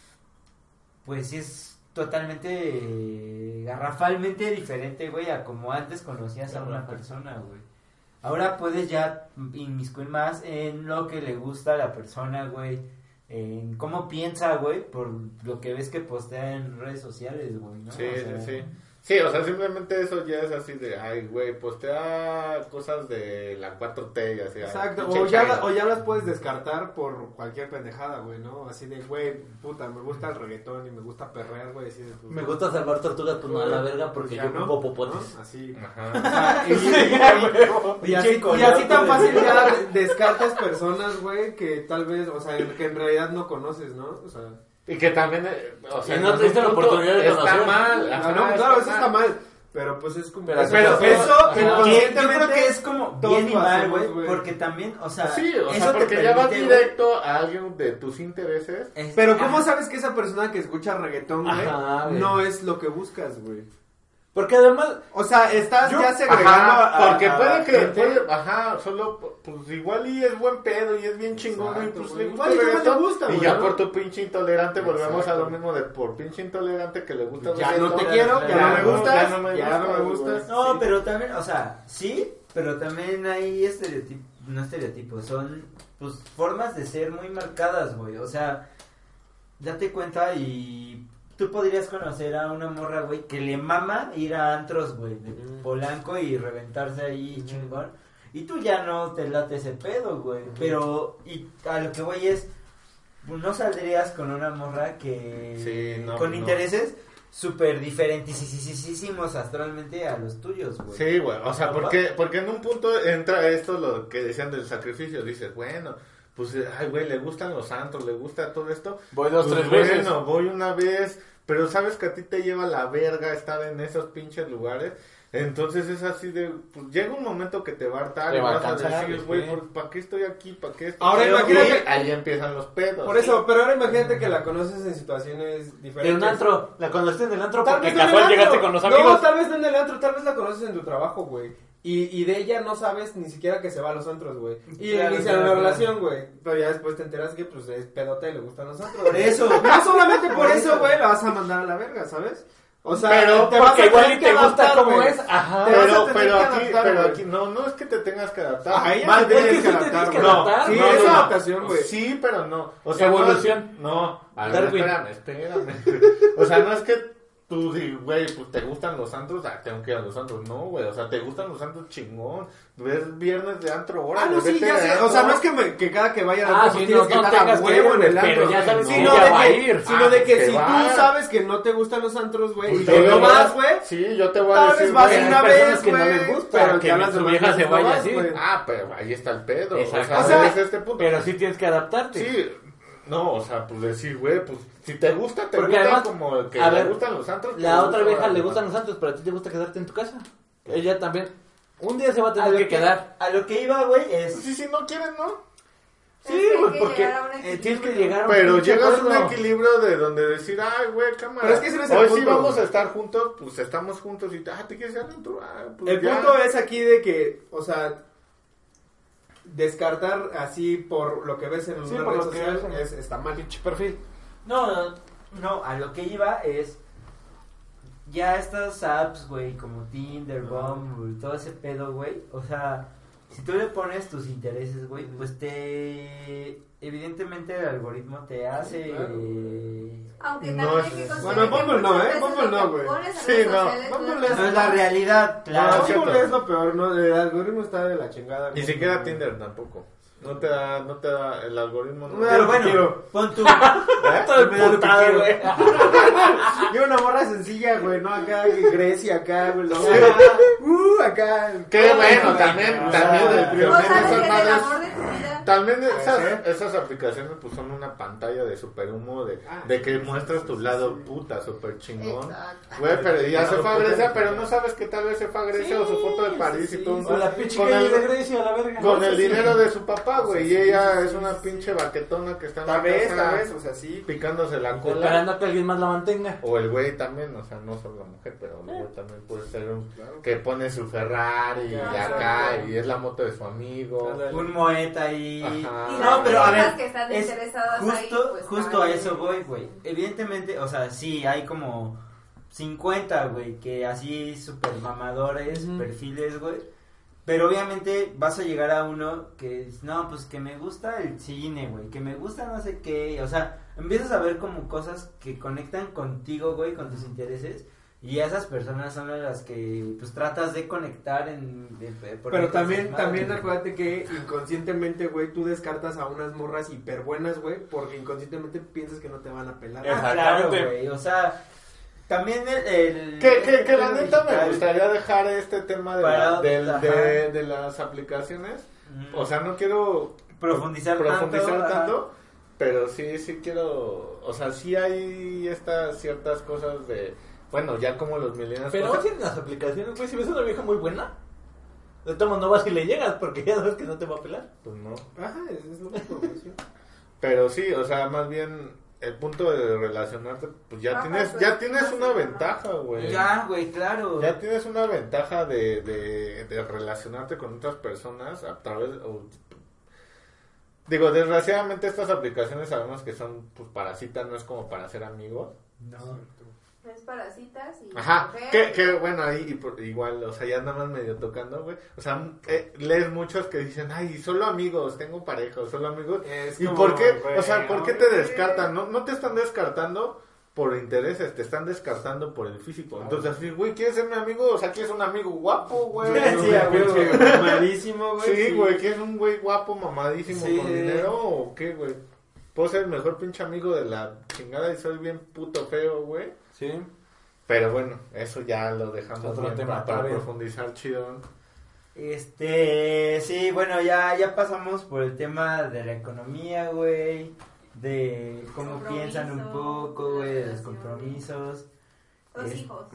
pues sí es totalmente, eh, garrafalmente diferente, güey, a como antes conocías a una persona, güey. Ahora puedes ya inmiscuir más en lo que le gusta a la persona, güey, en cómo piensa, güey, por lo que ves que postea en redes sociales, güey, ¿no? Sí, O sea, sí, sí. Sí, o sea, simplemente eso ya es así de, ay, güey, postea cosas de la cuatro T y así. ay, Exacto, pinche o ya, China. la- o ya las puedes descartar por cualquier pendejada, güey, ¿no? Así de, güey, puta, me gusta el reggaetón y me gusta perrear, güey, así de, pues, Me gusta salvar tortugas, pues no a la verga, pues porque ya yo no, pongo popotes. ¿no? Así. Ajá. Y, y- y- y así, y así tan fácil ya descartas personas, güey, que tal vez, o sea, que en realidad no conoces, ¿no? O sea, Y que también, eh, o sea, Y no en te diste la algún punto oportunidad de está conocer. mal. ah, ajá, no, claro, eso está mal. mal, pero pues es como... Pero- eso- Pero Pero- eso, ajá. pero Ajá. que yo creo que es como Todos bien y lo mal, hacemos, güey, güey. porque también, o sea, Sí, o eso sea, te porque ya vas permite, güey, directo a alguien de tus intereses. es- Pero ¿cómo ah, sabes que esa persona que escucha reggaetón, güey, Ajá, güey. no es lo que buscas, güey? Porque además, O sea, estás Yo- ya segregando Ajá, a- porque a puede la que, gente. puede, ajá, solo, pues igual y es buen pedo y es bien chingón, y Exacto, pues güey. le Igual gusta el y no reggaetón, le gusta, y güey, ya ¿no? por tu pinche intolerante volvemos Exacto. a lo mismo de por pinche intolerante que le gusta el Ya no reggaetón, te quiero, ya, ya no me no- gustas, ya no me ya no me gustas, gustas. No, Sí. pero también, o sea, sí, pero también hay estereotipos, no estereotipos, son pues formas de ser muy marcadas, güey. O sea, date cuenta y tú podrías conocer a una morra, güey, que le mama ir a antros, güey, de Polanco y reventarse ahí chingón. Y tú ya no te late ese pedo, güey. Pero, y a lo que voy es, no saldrías con una morra que... Sí, no, con no. intereses súper diferentísimos astralmente a los tuyos, güey. Sí, güey, o sea, ¿No? porque, porque en un punto entra esto, lo que decían del sacrificio, dices, bueno, pues, ay, güey, le gustan los santos, le gusta todo esto. Voy dos, Pues, tres veces. Bueno, voy una vez, pero sabes que a ti te lleva la verga estar en esos pinches lugares. Entonces es así de, pues llega un momento que te va a hartar Te y va a vas a cansar, decir, güey, güey. ¿para qué estoy aquí? ¿Para qué estoy Ahora aquí? imagínate- Y ahí empiezan los pedos. Por eso, pero ahora imagínate que la conoces en situaciones diferentes. En un antro. La conociste en el antro Tal porque vez no en el casual antro. llegaste con los No, amigos. tal vez no en el antro, tal vez la conoces en tu trabajo, güey. Y, y de ella no sabes ni siquiera que se va a los antros, güey. Y Claro, inician claro, una claro. relación, güey. Pero ya después te enteras que pues es pedota y le gustan los antros. Por eso. No solamente por Por eso, eso. güey, la vas a mandar a la verga, ¿sabes? O sea, Pero te vas Porque a igual tener y que te gusta adaptar, como güey. es. Ajá. Te vas a Pero, tener pero que aquí, adaptar, pero güey. aquí, no, no es que te tengas que adaptar. A ella Más te bien tienes es que que sí tienes adaptar, que güey. adaptar. Sí, No, es no, no. adaptación, güey. Sí, pero no. O sea, Evolución. No, no. A ver, Darwin. espérame, espérame. O sea, no es que tú, di, güey, pues te gustan los antros, ah, tengo que ir a los antros. No, güey, o sea, te gustan los antros chingón. Es viernes de antro, ahora. Ah, no, sí, ya sé. O sea, no es que, me, que cada que vaya a Ah, antro, sí, pues, tienes no, que no estar a tengas que huevo ir, en el güey, pero antro. ya sabes Sí, que no, ella de va a que, ir. sino Ah, de que te si va. tú sabes que no te gustan los antros, güey, y Yo no te voy a- vas, güey. Sí, yo te voy a Tal decir, vez vas güey, una hay personas vez, que no güey, les gusta pero que te hablas su de vieja más se veces, vaya no vas, así. güey. Ah, pero ahí está el pedo. Exacto. O O sea, sea, es este punto. Pero sí tienes que adaptarte. Sí, no, o sea, pues decir, güey, pues si te gusta, te Porque gusta además, como el que a le ver, gustan los antros. La te otra gusta vieja le los gustan los antros. santos, pero a ti te gusta quedarte en tu casa. Ella también. Un día se va a A tener lo que quedar. A lo que iba, güey, Pues es... sí, si no quieres, ¿no? Sí, Es que hay güey, que porque llegar a un eh, tienes equilibrio. que llegar a un Pero pinche llegas a un acuerdo. equilibrio de donde decir, ay, güey, cámara. Pero es que ese no es el Hoy sí punto, vamos güey. a estar juntos, pues estamos juntos y, ah, ¿te quieres ir al antro? Ah, pues El ya. punto es aquí de que, o sea, descartar así por lo que ves en Sí, una por red lo que social ves en- es, está mal. Pinche perfil. No, no, no, a lo que iba es... Ya estas apps, güey, como Tinder, Bumble, todo ese pedo, güey, o sea, si tú le pones tus intereses, güey, pues te... Evidentemente el algoritmo te hace... claro. eh, Aunque No también es- hay que considerar Bueno, que Bumble no, muchas ¿eh? veces Bumble lo no, que güey. pones en Sí, redes no. sociales no Bumble es No es la realidad, claro. No, Bumble cierto. es lo peor, ¿no? El algoritmo está de la chingada. Ni siquiera Tinder tampoco. No te da, no te da, el algoritmo no. Me da Pero lo que bueno, quiero. pon tu... Todo Me da lo que emputado, quiero. güey. Yo una morra sencilla, güey, no acá, que Grecia acá, güey, no, uh, acá. Qué Oh, bueno, güey, también, o también, sea, el- O también sabes esas que es el madres- amor de tu vida. También esas, Ajá. esas aplicaciones pues son una pantalla de super humo de, Ah, de que sí, muestras sí, tu sí, lado sí. puta, super chingón. Exacto. Güey, pero ya se fue a puta, Grecia, sí. pero no sabes que tal vez se fue a Grecia o su foto de París sí, y todo. un- Con la pinche con calle el, de Grecia, la verga. con No, el sí, sí. dinero de su papá, güey, Sí, y ella sí, es sí, una sí, pinche baquetona que está en Tal la vez, casa tal vez, o sea, sí. picándose la cola. Esperando a que alguien más la mantenga. O el güey también, o sea, no solo la mujer, pero el güey también puede ser un que pone su Ferrari y Claro. acá y es la moto de su amigo. Ándale. Un moeta ahí. Ajá. Y No, las pero a personas ver, que están es interesadas justo, ahí, pues, justo a también. eso voy, güey. Evidentemente, o sea, sí, hay como cincuenta, güey, que así super mamadores, Ujú. perfiles, güey. Pero obviamente vas a llegar a uno que es, no, pues que me gusta el cine, güey, que me gusta no sé qué. O sea, empiezas a ver como cosas que conectan contigo, güey, con tus intereses. Y esas personas son las que, pues, tratas de conectar en... de- de- por Pero medio de también, esas madres, también güey. acuérdate que inconscientemente, güey, tú descartas a unas morras hiper buenas, güey, porque inconscientemente piensas que no te van a pelar. Ah, claro, güey, o sea, también el... el Que, que, que la el neta me digital- gustaría dejar este tema de, Para- la- del- ajá. de, de las aplicaciones. Mm. O sea, no quiero profundizar, profundizar tanto, tanto, ajá. pero sí, sí quiero, o sea, sí hay estas ciertas cosas de, bueno, ya como los millennials. Pero o sea, si en las aplicaciones, güey, si ves a una vieja muy buena, de todas no vas y le llegas porque ya sabes que no te va a pelar. pues no. Ajá, es, es lo mismo, güey, sí. Pero sí, o sea, más bien el punto de relacionarte, pues ya Ajá, tienes, pues, ya tienes ajá, una ajá. ventaja, güey. Ya, güey, claro. Ya tienes una ventaja de, de, de relacionarte con otras personas a través... o- digo, desgraciadamente estas aplicaciones sabemos que son pues para citas, no es como para ser amigos. No. Es para citas y Ajá, coger. que, que bueno, ahí y por- igual, o sea, ya nada más medio tocando, güey. O sea, eh, lees muchos que dicen, ay, solo amigos, tengo pareja, o solo amigos. Es ¿Y como, por qué? güey, O sea, ¿por qué no, te güey. descartan? No, no te están descartando por intereses, te están descartando por el físico. Entonces, así, güey, ¿quieres ser mi amigo? O sea, ¿quieres un amigo guapo, güey? Sí, a huevo. Mamadísimo, güey. Sí, güey, ¿quieres un güey guapo, mamadísimo, Sí. con dinero o qué, güey? Puedo ser el mejor pinche amigo de la chingada y soy bien puto feo, güey. Sí. Pero bueno, eso ya lo dejamos Otro bien tema, pa- para, está bien. profundizar chido. Este, sí, bueno, ya, ya pasamos por el tema de la economía, güey, de cómo Compromiso, piensan un poco, güey, de los relación. compromisos. Los Es- hijos.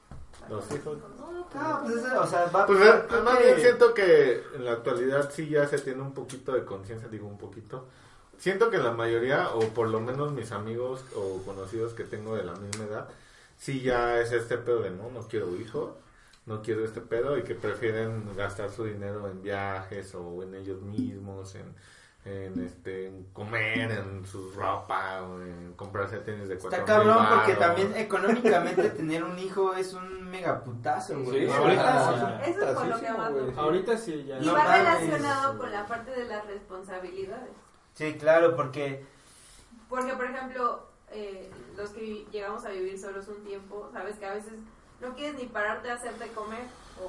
Los hijos. Ah, pues eso, o sea, va Pues creo eh, más que- bien siento que en la actualidad sí ya se tiene un poquito de conciencia, digo un poquito. Siento que la mayoría, o por lo menos mis amigos o conocidos que tengo de la misma edad, sí ya es este pedo de no, no quiero hijos, no quiero este pedo y que prefieren gastar su dinero en viajes o en ellos mismos, en, en este en comer, en su ropa o en comprarse tenis de cuatro Está mil cabrón porque varos. también económicamente tener un hijo es un megaputazo, güey. Sí, Ahorita ahorita sí. Eso es con lo que más güey. nos- Ahorita sí, ya. Y No va mames. relacionado con la parte de las responsabilidades. Sí, claro, porque Porque, por ejemplo, eh, los que vi- llegamos a vivir solos un tiempo, sabes que a veces no quieres ni pararte a hacerte comer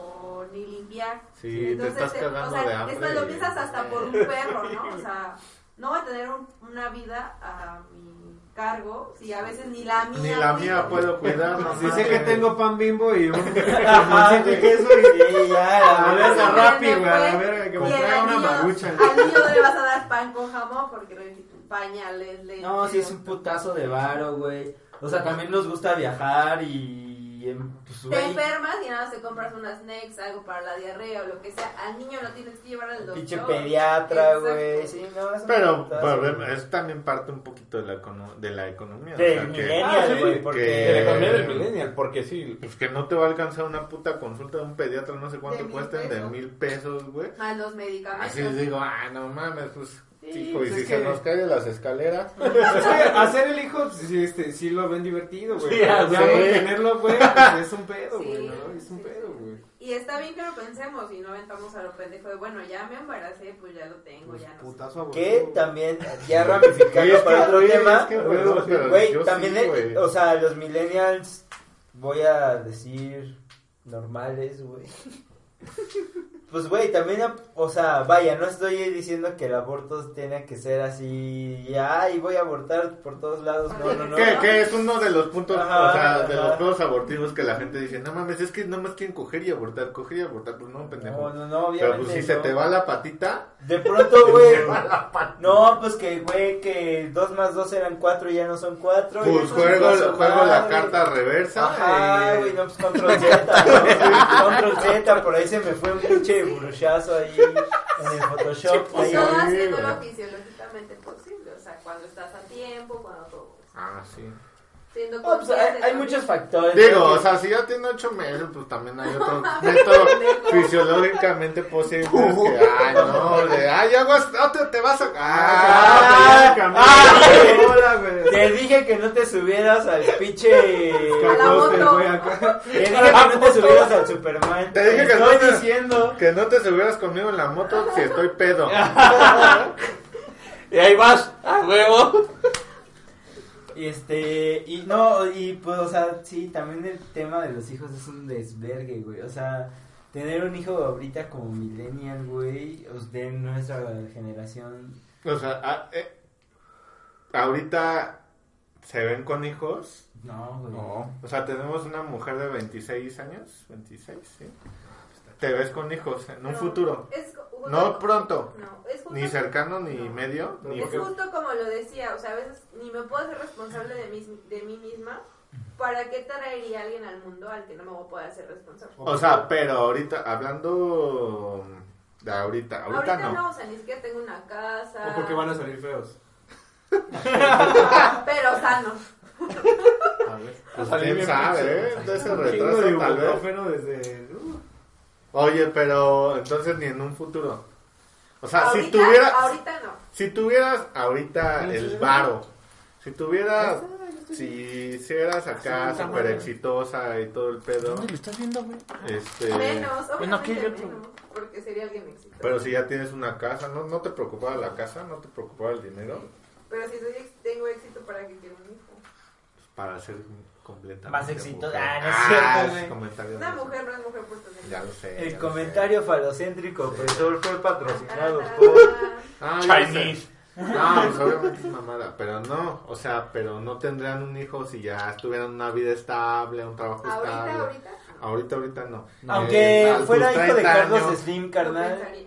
o ni limpiar. Sí, te estás cagando o sea, de hambre esto lo y- piensas hasta por un perro, ¿no? O sea, no voy a tener un- una vida a mi cargo si a veces ni la mía. Ni la cuido. mía puedo cuidar, no Sí sé mames. que tengo pan Bimbo y un Ajá, de güey. queso y Sí, ya, a la ver, verdad. a Entonces, Rappi, güey, a la después, verga, que me y al traiga una niño- marucha. Al niño no le vas a dar pan con jamón porque le pañales, leche. No, sí es un putazo de varo, güey. O sea, también nos gusta viajar y... em, Pues, Te güey, enfermas y nada más te compras unas snacks, algo para la diarrea o lo que sea. Al niño lo tienes que llevar al doctor. pinche pediatra, Exacto. güey. Sí, no, es un Pero, putazo, pero güey. es también parte un poquito de la, econo- de la economía. o Del sea, que, millennial, Ah, sí, güey, que- porque... De la economía del millennial, porque sí. pues que no te va a alcanzar una puta consulta de un pediatra, no sé cuánto De mil cuesten, de pesos. mil pesos, güey. A los medicamentos. Así les digo, ah, no mames, pues, Sí, hijo, pues y si es se que- nos caen las escaleras. Es que hacer el hijo, pues, sí, este, sí lo ven divertido, güey. Sí, Pero ya sí. mantenerlo, güey, pues es un pedo, Sí, güey, ¿no? Es un sí, pedo, sí. güey. Y está bien que lo pensemos y no aventamos a lo pendejo de, bueno, ya me embaracé, pues ya lo tengo, ya no sé. Putazo a Que huevo. también, ya ramificando Güey, es que, para otro güey, tema, es que, perdón, pero güey, yo también, sí, eh, güey. o sea, los millennials, voy a decir, normales, güey. Pues, güey, también, o sea, vaya, no estoy diciendo que el aborto tenga que ser así, ay, voy a abortar por todos lados, no, no, no. Que, que es uno de los puntos, Ajá, o sea, de ajá. los pedos abortivos que la gente dice, no mames, es que nada más quieren coger y abortar, coger y abortar, pues no, pendejo. No, no, no, Pero obviamente pues si se no. te va la patita, De pronto, güey, no, pues que, güey, que dos más dos eran cuatro y ya no son cuatro. y pues eso juego, es su juego la madre. carta reversa. Ajá, y- güey, no, pues control Z, ¿no? Control Z, por ahí se me fue un pinche bruchazo ahí en el Photoshop. Y ahí. todo sí, haciéndolo güey. fisiológicamente posible, o sea, cuando estás a tiempo, cuando todo. Ah, sí. Siendo No, pues hay, consciente hay también. muchos factores. Digo, ¿no? o sea, si ya tiene ocho meses, pues también hay otro método fisiológicamente posible. Que, ay, no, de, ay, aguas, no te, te vas a. Ah, Ah, ah, Hola, güey. Te dije que no te subieras al pinche... A la Cacote, moto. güey, acá. Te dije que no te subieras al Superman. Te dije que estoy no te- diciendo... que no te subieras conmigo en la moto si estoy pedo. Y ahí vas, a huevo. Y este, y no, y pues, o sea, sí, también el tema de los hijos es un desvergue, güey. O sea, tener un hijo ahorita como millennial, güey, o de nuestra generación. O sea, a- eh, ahorita se ven con hijos. No, güey. No. O sea, tenemos una mujer de veintiséis años, veintiséis, ¿sí? Te ves con hijos en un No, futuro. es justo- No pronto, No, es justo- ni cercano, ni no. medio, ni... Es justo como lo decía, o sea, a veces ni me puedo hacer responsable de mí, de mí misma. ¿Para qué traería a alguien al mundo al que no me voy a poder hacer responsable? O sea, pero ahorita, hablando de ahorita, ahorita, Ahorita no. no, o sea, ni siquiera tengo una casa. O porque van a salir feos. Pero sanos. A ver, A pues, salir quién bien sabe, pinche. ¿eh? De ese Un chingo de retraso tal vez. ibuprofeno desde... uh, Oye, pero entonces ni en un futuro. O sea, ahorita, si tuvieras, ahorita no. si tuvieras ahorita el varo, si tuvieras si, si eras acá Puta súper madre. exitosa y todo el pedo, ¿Dónde lo estás viendo, güey? este, Menos, Bueno, aquí obviamente hay otro. menos, porque sería alguien exitoso. pero si ya tienes una casa, ¿no, no te preocupaba la casa? ¿No te preocupaba el dinero? Pero si soy ex- tengo éxito, ¿para qué quiero un hijo? Para ser completamente Más exitosa. mujer. Ah, no es Ah, cierto, ese güey. comentario Una no- mujer no es mujer por tener Ya lo sé. El ya lo comentario sé. falocéntrico, profesor, fue patrocinado Ah, por Ah, ya lo sé. Chinese. No, pues obviamente es mamada, pero no, o sea, pero no tendrían un hijo si ya estuvieran una vida estable, un trabajo Ahorita, estable. ahorita. Ahorita, ahorita no. Aunque Eh, a tus fuera hijo de treinta Carlos años- Slim, Lo carnal. pensaría.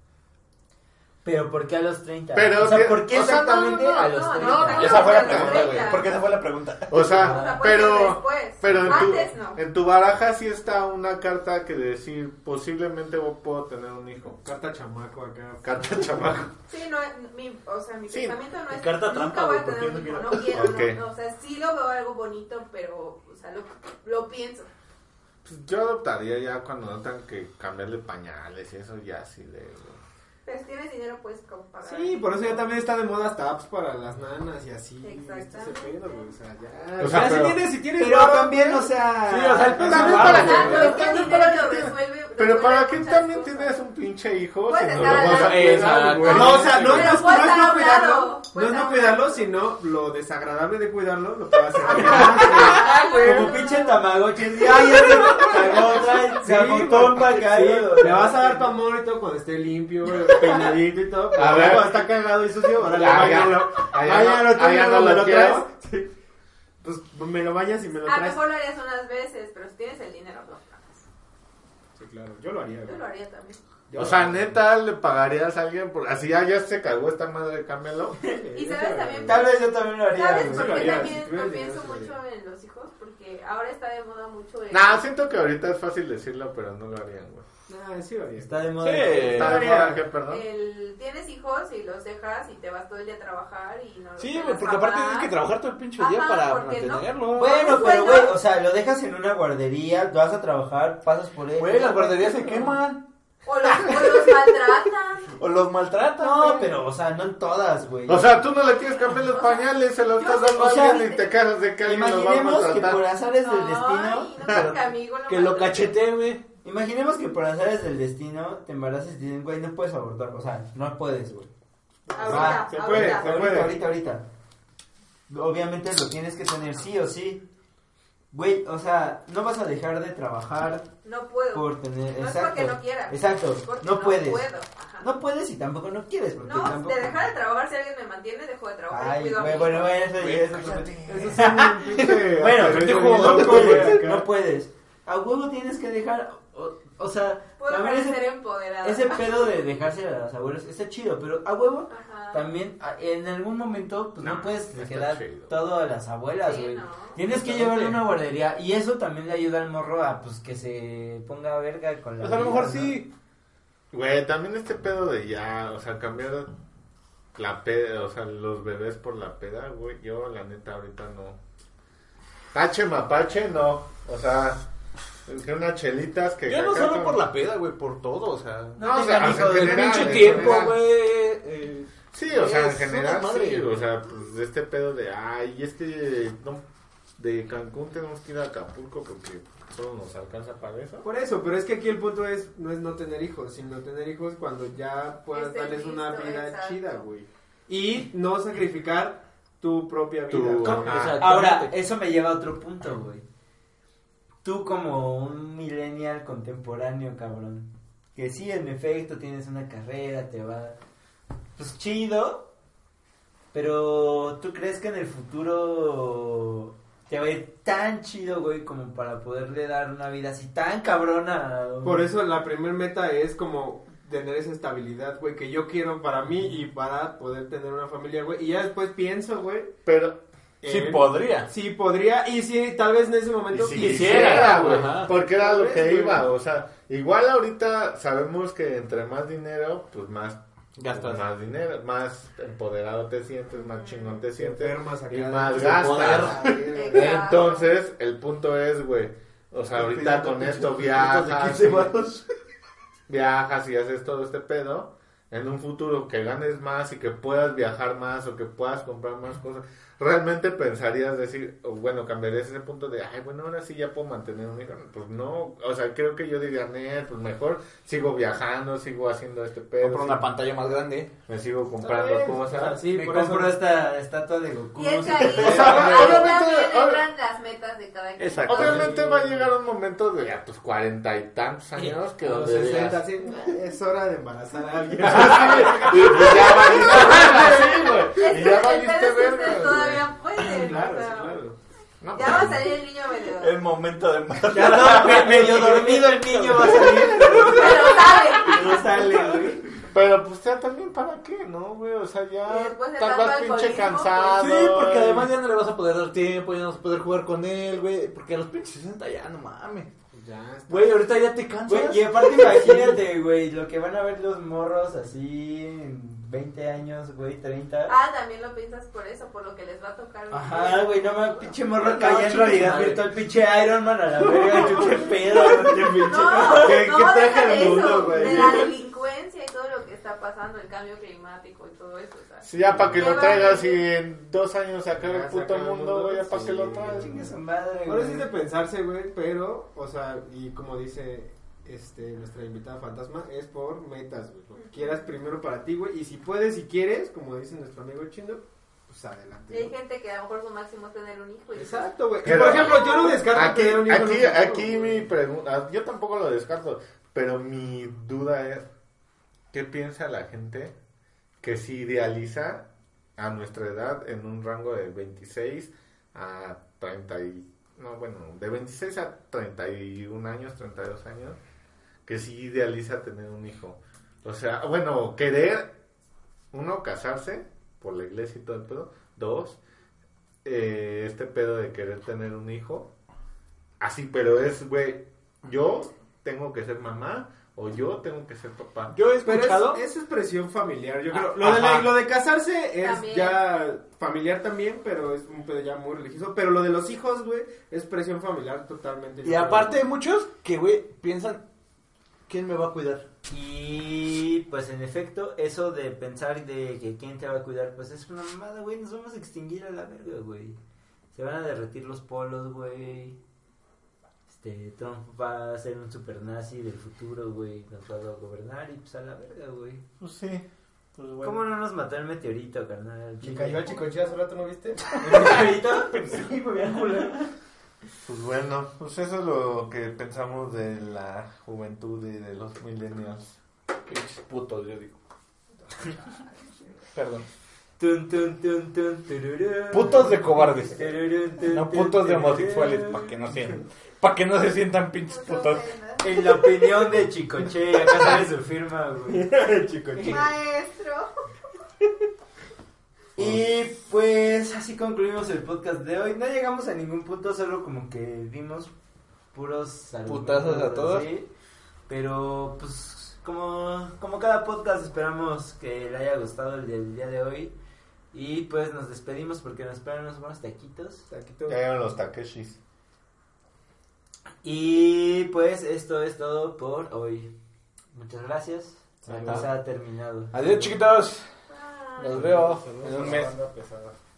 Pero ¿por qué a los treinta? Pero o sea, que- ¿por qué o sea, no, exactamente no, no, a los no, treinta? no, Esa no, fue la no, pregunta, no, güey. no. Porque esa fue la pregunta. O O sea, sea, puede ser pero, después. pero en, tu, Antes no. en tu baraja sí está una carta que decir, posiblemente vos puedo tener un hijo. Carta chamaco acá. Carta chamaco. Sí, no, mi, o sea, mi Sí. pensamiento no es Carta nunca trampa, voy a güey, tener porque un yo hijo, no no quiero, Ok. no, no, o sea, sí lo veo algo bonito, pero, o sea, lo, lo pienso. Pues yo adoptaría ya cuando no tengan que cambiarle pañales y eso ya sí le... Pero si tienes dinero puedes como pagar. Sí, por eso ya también está de moda hasta apps para las nanas y así. Exactamente. Este ese pedo, güey, o sea, ya. O sea, ya pero- si tienes, si tienes Pero varo, también, güey. o sea... Sí, o sea, el pedo es También varo, para güey. Exacto, es que el También dinero para lo que- resuelve. Pero resuelve para qué muchas también cosas. tienes un pinche hijo Puedes si no lo estar vas a al- cuidar, Exacto. güey? No, o sea, no, Pero no, es- puede no es estar no a un cuidarlo, lado, no puede es no estar a un cuidarlo, lado. sino lo desagradable de cuidarlo lo puede hacer alguien más, güey. Como pinche Tamagotchi. Ay, ya se cagó otra vez, se Sí, agotó para acá. Sí, güey. le vas a dar tu amor y todo cuando esté limpio, peinadito y todo. Pero A ver. luego está cagado y sucio, órale, Ah, ya. báñalo. Ah, ya Báñalo no- tú, ah, ya luego no me lo lo quieres. traes. Sí. Pues me lo bañas y me lo A lo traes. mejor lo harías unas veces, pero si tienes el dinero, no. Sí, claro, yo lo haría, Yo güey. lo haría también. O sea, neta, ¿le pagarías a alguien? Por... Así ya, ya se cagó esta madre, cámbialo. Y sabes también... Tal vez yo también lo haría. ¿Sabes güey. por lo qué haría, también si tuviera lo dinero, pienso sí lo mucho haría. en los hijos? Porque ahora está de moda mucho el... Nah, siento que ahorita es fácil decirlo, pero no lo harían, güey. Ah, sí lo haría. Está de moda. Sí. ¿Está de moda qué, perdón? el tienes hijos y los dejas y te vas todo el día a trabajar y no los Sí, dejas güey, porque aparte trabajar. tienes que trabajar todo el pinche día Ajá, para porque no- mantenerlo. Bueno, ¿Un pero sueldo? güey, o sea, lo dejas en una guardería, vas a trabajar, pasas por él. Güey, las guarderías se queman. O los, o los maltratan. O los maltratan. No, güey. pero, o sea, no en todas, güey. O sea, tú no le quieres cambiar los pañales, se los yo estás sé, dando o a sea, alguien y te cagas de que alguien los va a Imaginemos que maltratar. por azares del Ay, destino, no creo que amigo lo Que lo maltrate. cachete, güey. imaginemos que por azares del destino te embarazas y te dicen, güey, no puedes abortar, o sea, no puedes, güey. Ahorita, se ahorita. puede, se ahorita, puede. ahorita, ahorita. Obviamente lo tienes que tener sí o sí. Güey, o sea, no vas a dejar de trabajar No puedo. por tener... No es exacto. porque no quieras. Exacto, Es porque no puedes. puedo. Ajá. No puedes y tampoco no quieres, porque No, tampoco... de dejar de trabajar, si alguien me mantiene, dejo de trabajar. y Ay, cuido a güey, mi bueno, hijo. bueno, eso ya es... Eso es un pinche... Bueno, pero pendejo, bien no loco, puedes, güey, acá. no puedes. A huevo tienes que dejar, o, o sea, Puedo también ese, parecer empoderada. ese pedo de dejarse a los abuelos está chido, pero a huevo Ajá. también a- en algún momento pues no, No, puedes no está quedar chido. todo a las abuelas, Sí, güey. no. Tienes que llevarle a una guardería y eso también le ayuda al morro a pues que se ponga verga con la Pues a lo vida, mejor ¿no? sí. Güey, también este pedo de ya, o sea, cambiar la peda, o sea, los bebés por la peda, güey, yo la neta ahorita no. Tache mapache, no. O sea, que unas chelitas que... Yo no acá solo con- por la peda, güey, por todo, o sea. No, o sea, tengan o sea, hijos, en El general, pinche en tiempo, general. güey. eh, Sí, o sea, en Es general una madre, sí, güey. o sea, pues de este pedo de, ay, es que no, de Cancún tenemos que ir a Acapulco porque solo nos alcanza para eso. Por eso, pero es que aquí el punto es no es no tener hijos, sino tener hijos cuando ya puedas Esté darles una listo, vida exacto. chida, güey. Y no sacrificar tu propia vida. Tu- güey. Ajá. Exactamente. Ahora, eso me lleva a otro punto, güey. Tú como un millennial contemporáneo, cabrón, que sí, en efecto, tienes una carrera, te va... Pues chido, pero ¿tú crees que en el futuro te va a ir tan chido, güey, como para poderle dar una vida así tan cabrona? a un- Por eso la primer meta es como tener esa estabilidad, güey, que yo quiero para mí y para poder tener una familia, güey. Y ya después pienso, güey. Pero Sí en- podría. Sí podría, y sí, tal vez en ese momento si quisiera, quisiera, güey, ajá. porque era lo ¿Sabes, que güey? iba, o sea, igual ahorita sabemos que entre más dinero, pues más Gastas. más dinero, más empoderado te sientes, más chingón te sientes enfermas acá y de- más de gastas. poder. Entonces, el punto es, güey, o sea, ahorita con esto viajas, quince y- varos. viajas y haces todo este pedo en un futuro que ganes más y que puedas viajar más o que puedas comprar más cosas, realmente pensarías decir, o bueno, cambiarías ese punto de, ay, bueno, ahora sí ya puedo mantener un hijo. Pues no, o sea, creo que yo diría, "Nee, pues mejor sigo viajando, sigo haciendo este pedo. Compra una sigo- pantalla más grande. Me sigo comprando Está bien, cosas. o sea, sí, Me por compro eso- esta estatua de Goku. Y es que se- ahí, O sea, ahí obviamente- también obvi- entran las metas de cada quien. Exacto. Obviamente va a llegar un momento de a tus cuarenta y tantos años que A los donde sesenta, digas, sí, es hora de embarazar a alguien. y pues ya valiste verga, sí, güey. Y Es ya que valiste el pedo es que verga, ustedes güey. todavía pueden. Claro, o sea, sí, claro. No, Ya va a salir el niño medio. El momento de embarazar. Ya todo me- medio dormido el niño va a salir. Pero sabe. No sale, güey. Pero pues ya también para qué, ¿no, güey? O sea, Y ya después de estás tanto más pinche alcoholismo, cansado. Sí, porque y- además ya no le vas a poder dar tiempo, ya no vas a poder jugar con él, güey. Porque a los pinches sesenta ya, no mames. Ya está. Güey, ahorita ya te cansas. Güey, y aparte imagínate, güey, lo que van a ver los morros así en veinte años, güey, treinta. Ah, también lo piensas por eso, por lo que les va a tocar. Ajá, güey, no mames, pinche morro No, caía en chingue realidad su madre. virtual, pinche Iron Man a la verga, y tú qué pedo, güey, pinche. No, ¿Qué, no, qué traje deja de al mundo, eso, güey? de la delincuencia y todo lo que está pasando, el cambio climático y todo eso, o sea. Sí, ya para que ¿Qué lo va a traigas hacer? y en dos años se acabe Ya el se puto acaba el mundo, mundo, güey, ya para sí. que lo traes. Chingue su madre, Ahora sí güey. es de pensarse, güey, pero, o sea, y como dice este nuestra invitada fantasma, es por metas, güey. Lo que quieras primero para ti, güey, y si puedes, si quieres, como dice nuestro amigo Chino, pues adelante. Y hay ¿no? gente que a lo mejor su máximo es tener un hijo. Y Exacto, güey. Y Pero- por ejemplo, yo no descarto Aquí, tener un hijo en aquí, un futuro, aquí güey. mi pregunta, yo tampoco lo descarto, pero mi duda es, ¿qué piensa la gente que si idealiza a nuestra edad en un rango de veintiséis a treinta y, no, bueno, de veintiséis a treinta y un años, treinta y dos años, que si idealiza tener un hijo? O sea, bueno, querer, uno, casarse por la iglesia y todo el pedo, dos, eh, este pedo de querer tener un hijo, así, pero es, güey, yo tengo que ser mamá o yo tengo que ser papá. Yo he Pero escuchado. es, eso es presión familiar, yo Ah, creo. Lo de, ajá. la- lo de casarse es También. ya familiar también, pero es un pedo ya muy religioso. Pero lo de los hijos, güey, es presión familiar totalmente. Y aparte hay muchos que, güey, piensan, ¿quién me va a cuidar? Y pues en efecto, eso de pensar de que quién te va a cuidar, pues es una mamada, güey. Nos vamos a extinguir a la verga, güey. Se van a derretir los polos, güey. Este, Trump va a ser un super nazi del futuro, güey. Nos va a gobernar y pues a la verga, güey. Pues sí, pues bueno. ¿Cómo no nos mató el meteorito, carnal? Y cayó el chicoche hace rato, ¿no viste? ¿El meteorito? Sí, güey, bien culero. Pues bueno, pues eso es lo que pensamos de la juventud y de los millennials. Pinches putos, yo digo. Perdón. Tun, tun, tun, tun, tururú. Putos de cobardes. Tururú, tun, No tun, putos de tururú. homosexuales, para que no sientan. Para que no se sientan pinches putos. En la opinión de Chicoche, acá sale su firma, güey. Chicoche. Maestro. Y pues así concluimos el podcast de hoy. No llegamos a ningún punto, solo como que vimos puros Putazos a todos. sí. Pero pues como, como cada podcast esperamos que le haya gustado el del día de hoy. Y pues nos despedimos porque nos esperan unos buenos taquitos. Taquito. Ya llegaron los Takeshis. Y pues esto es todo por hoy. Muchas gracias. Salud. Se ha terminado. Adiós, chiquitos. Ah. Los veo Saludos en a un la mes. banda pesada.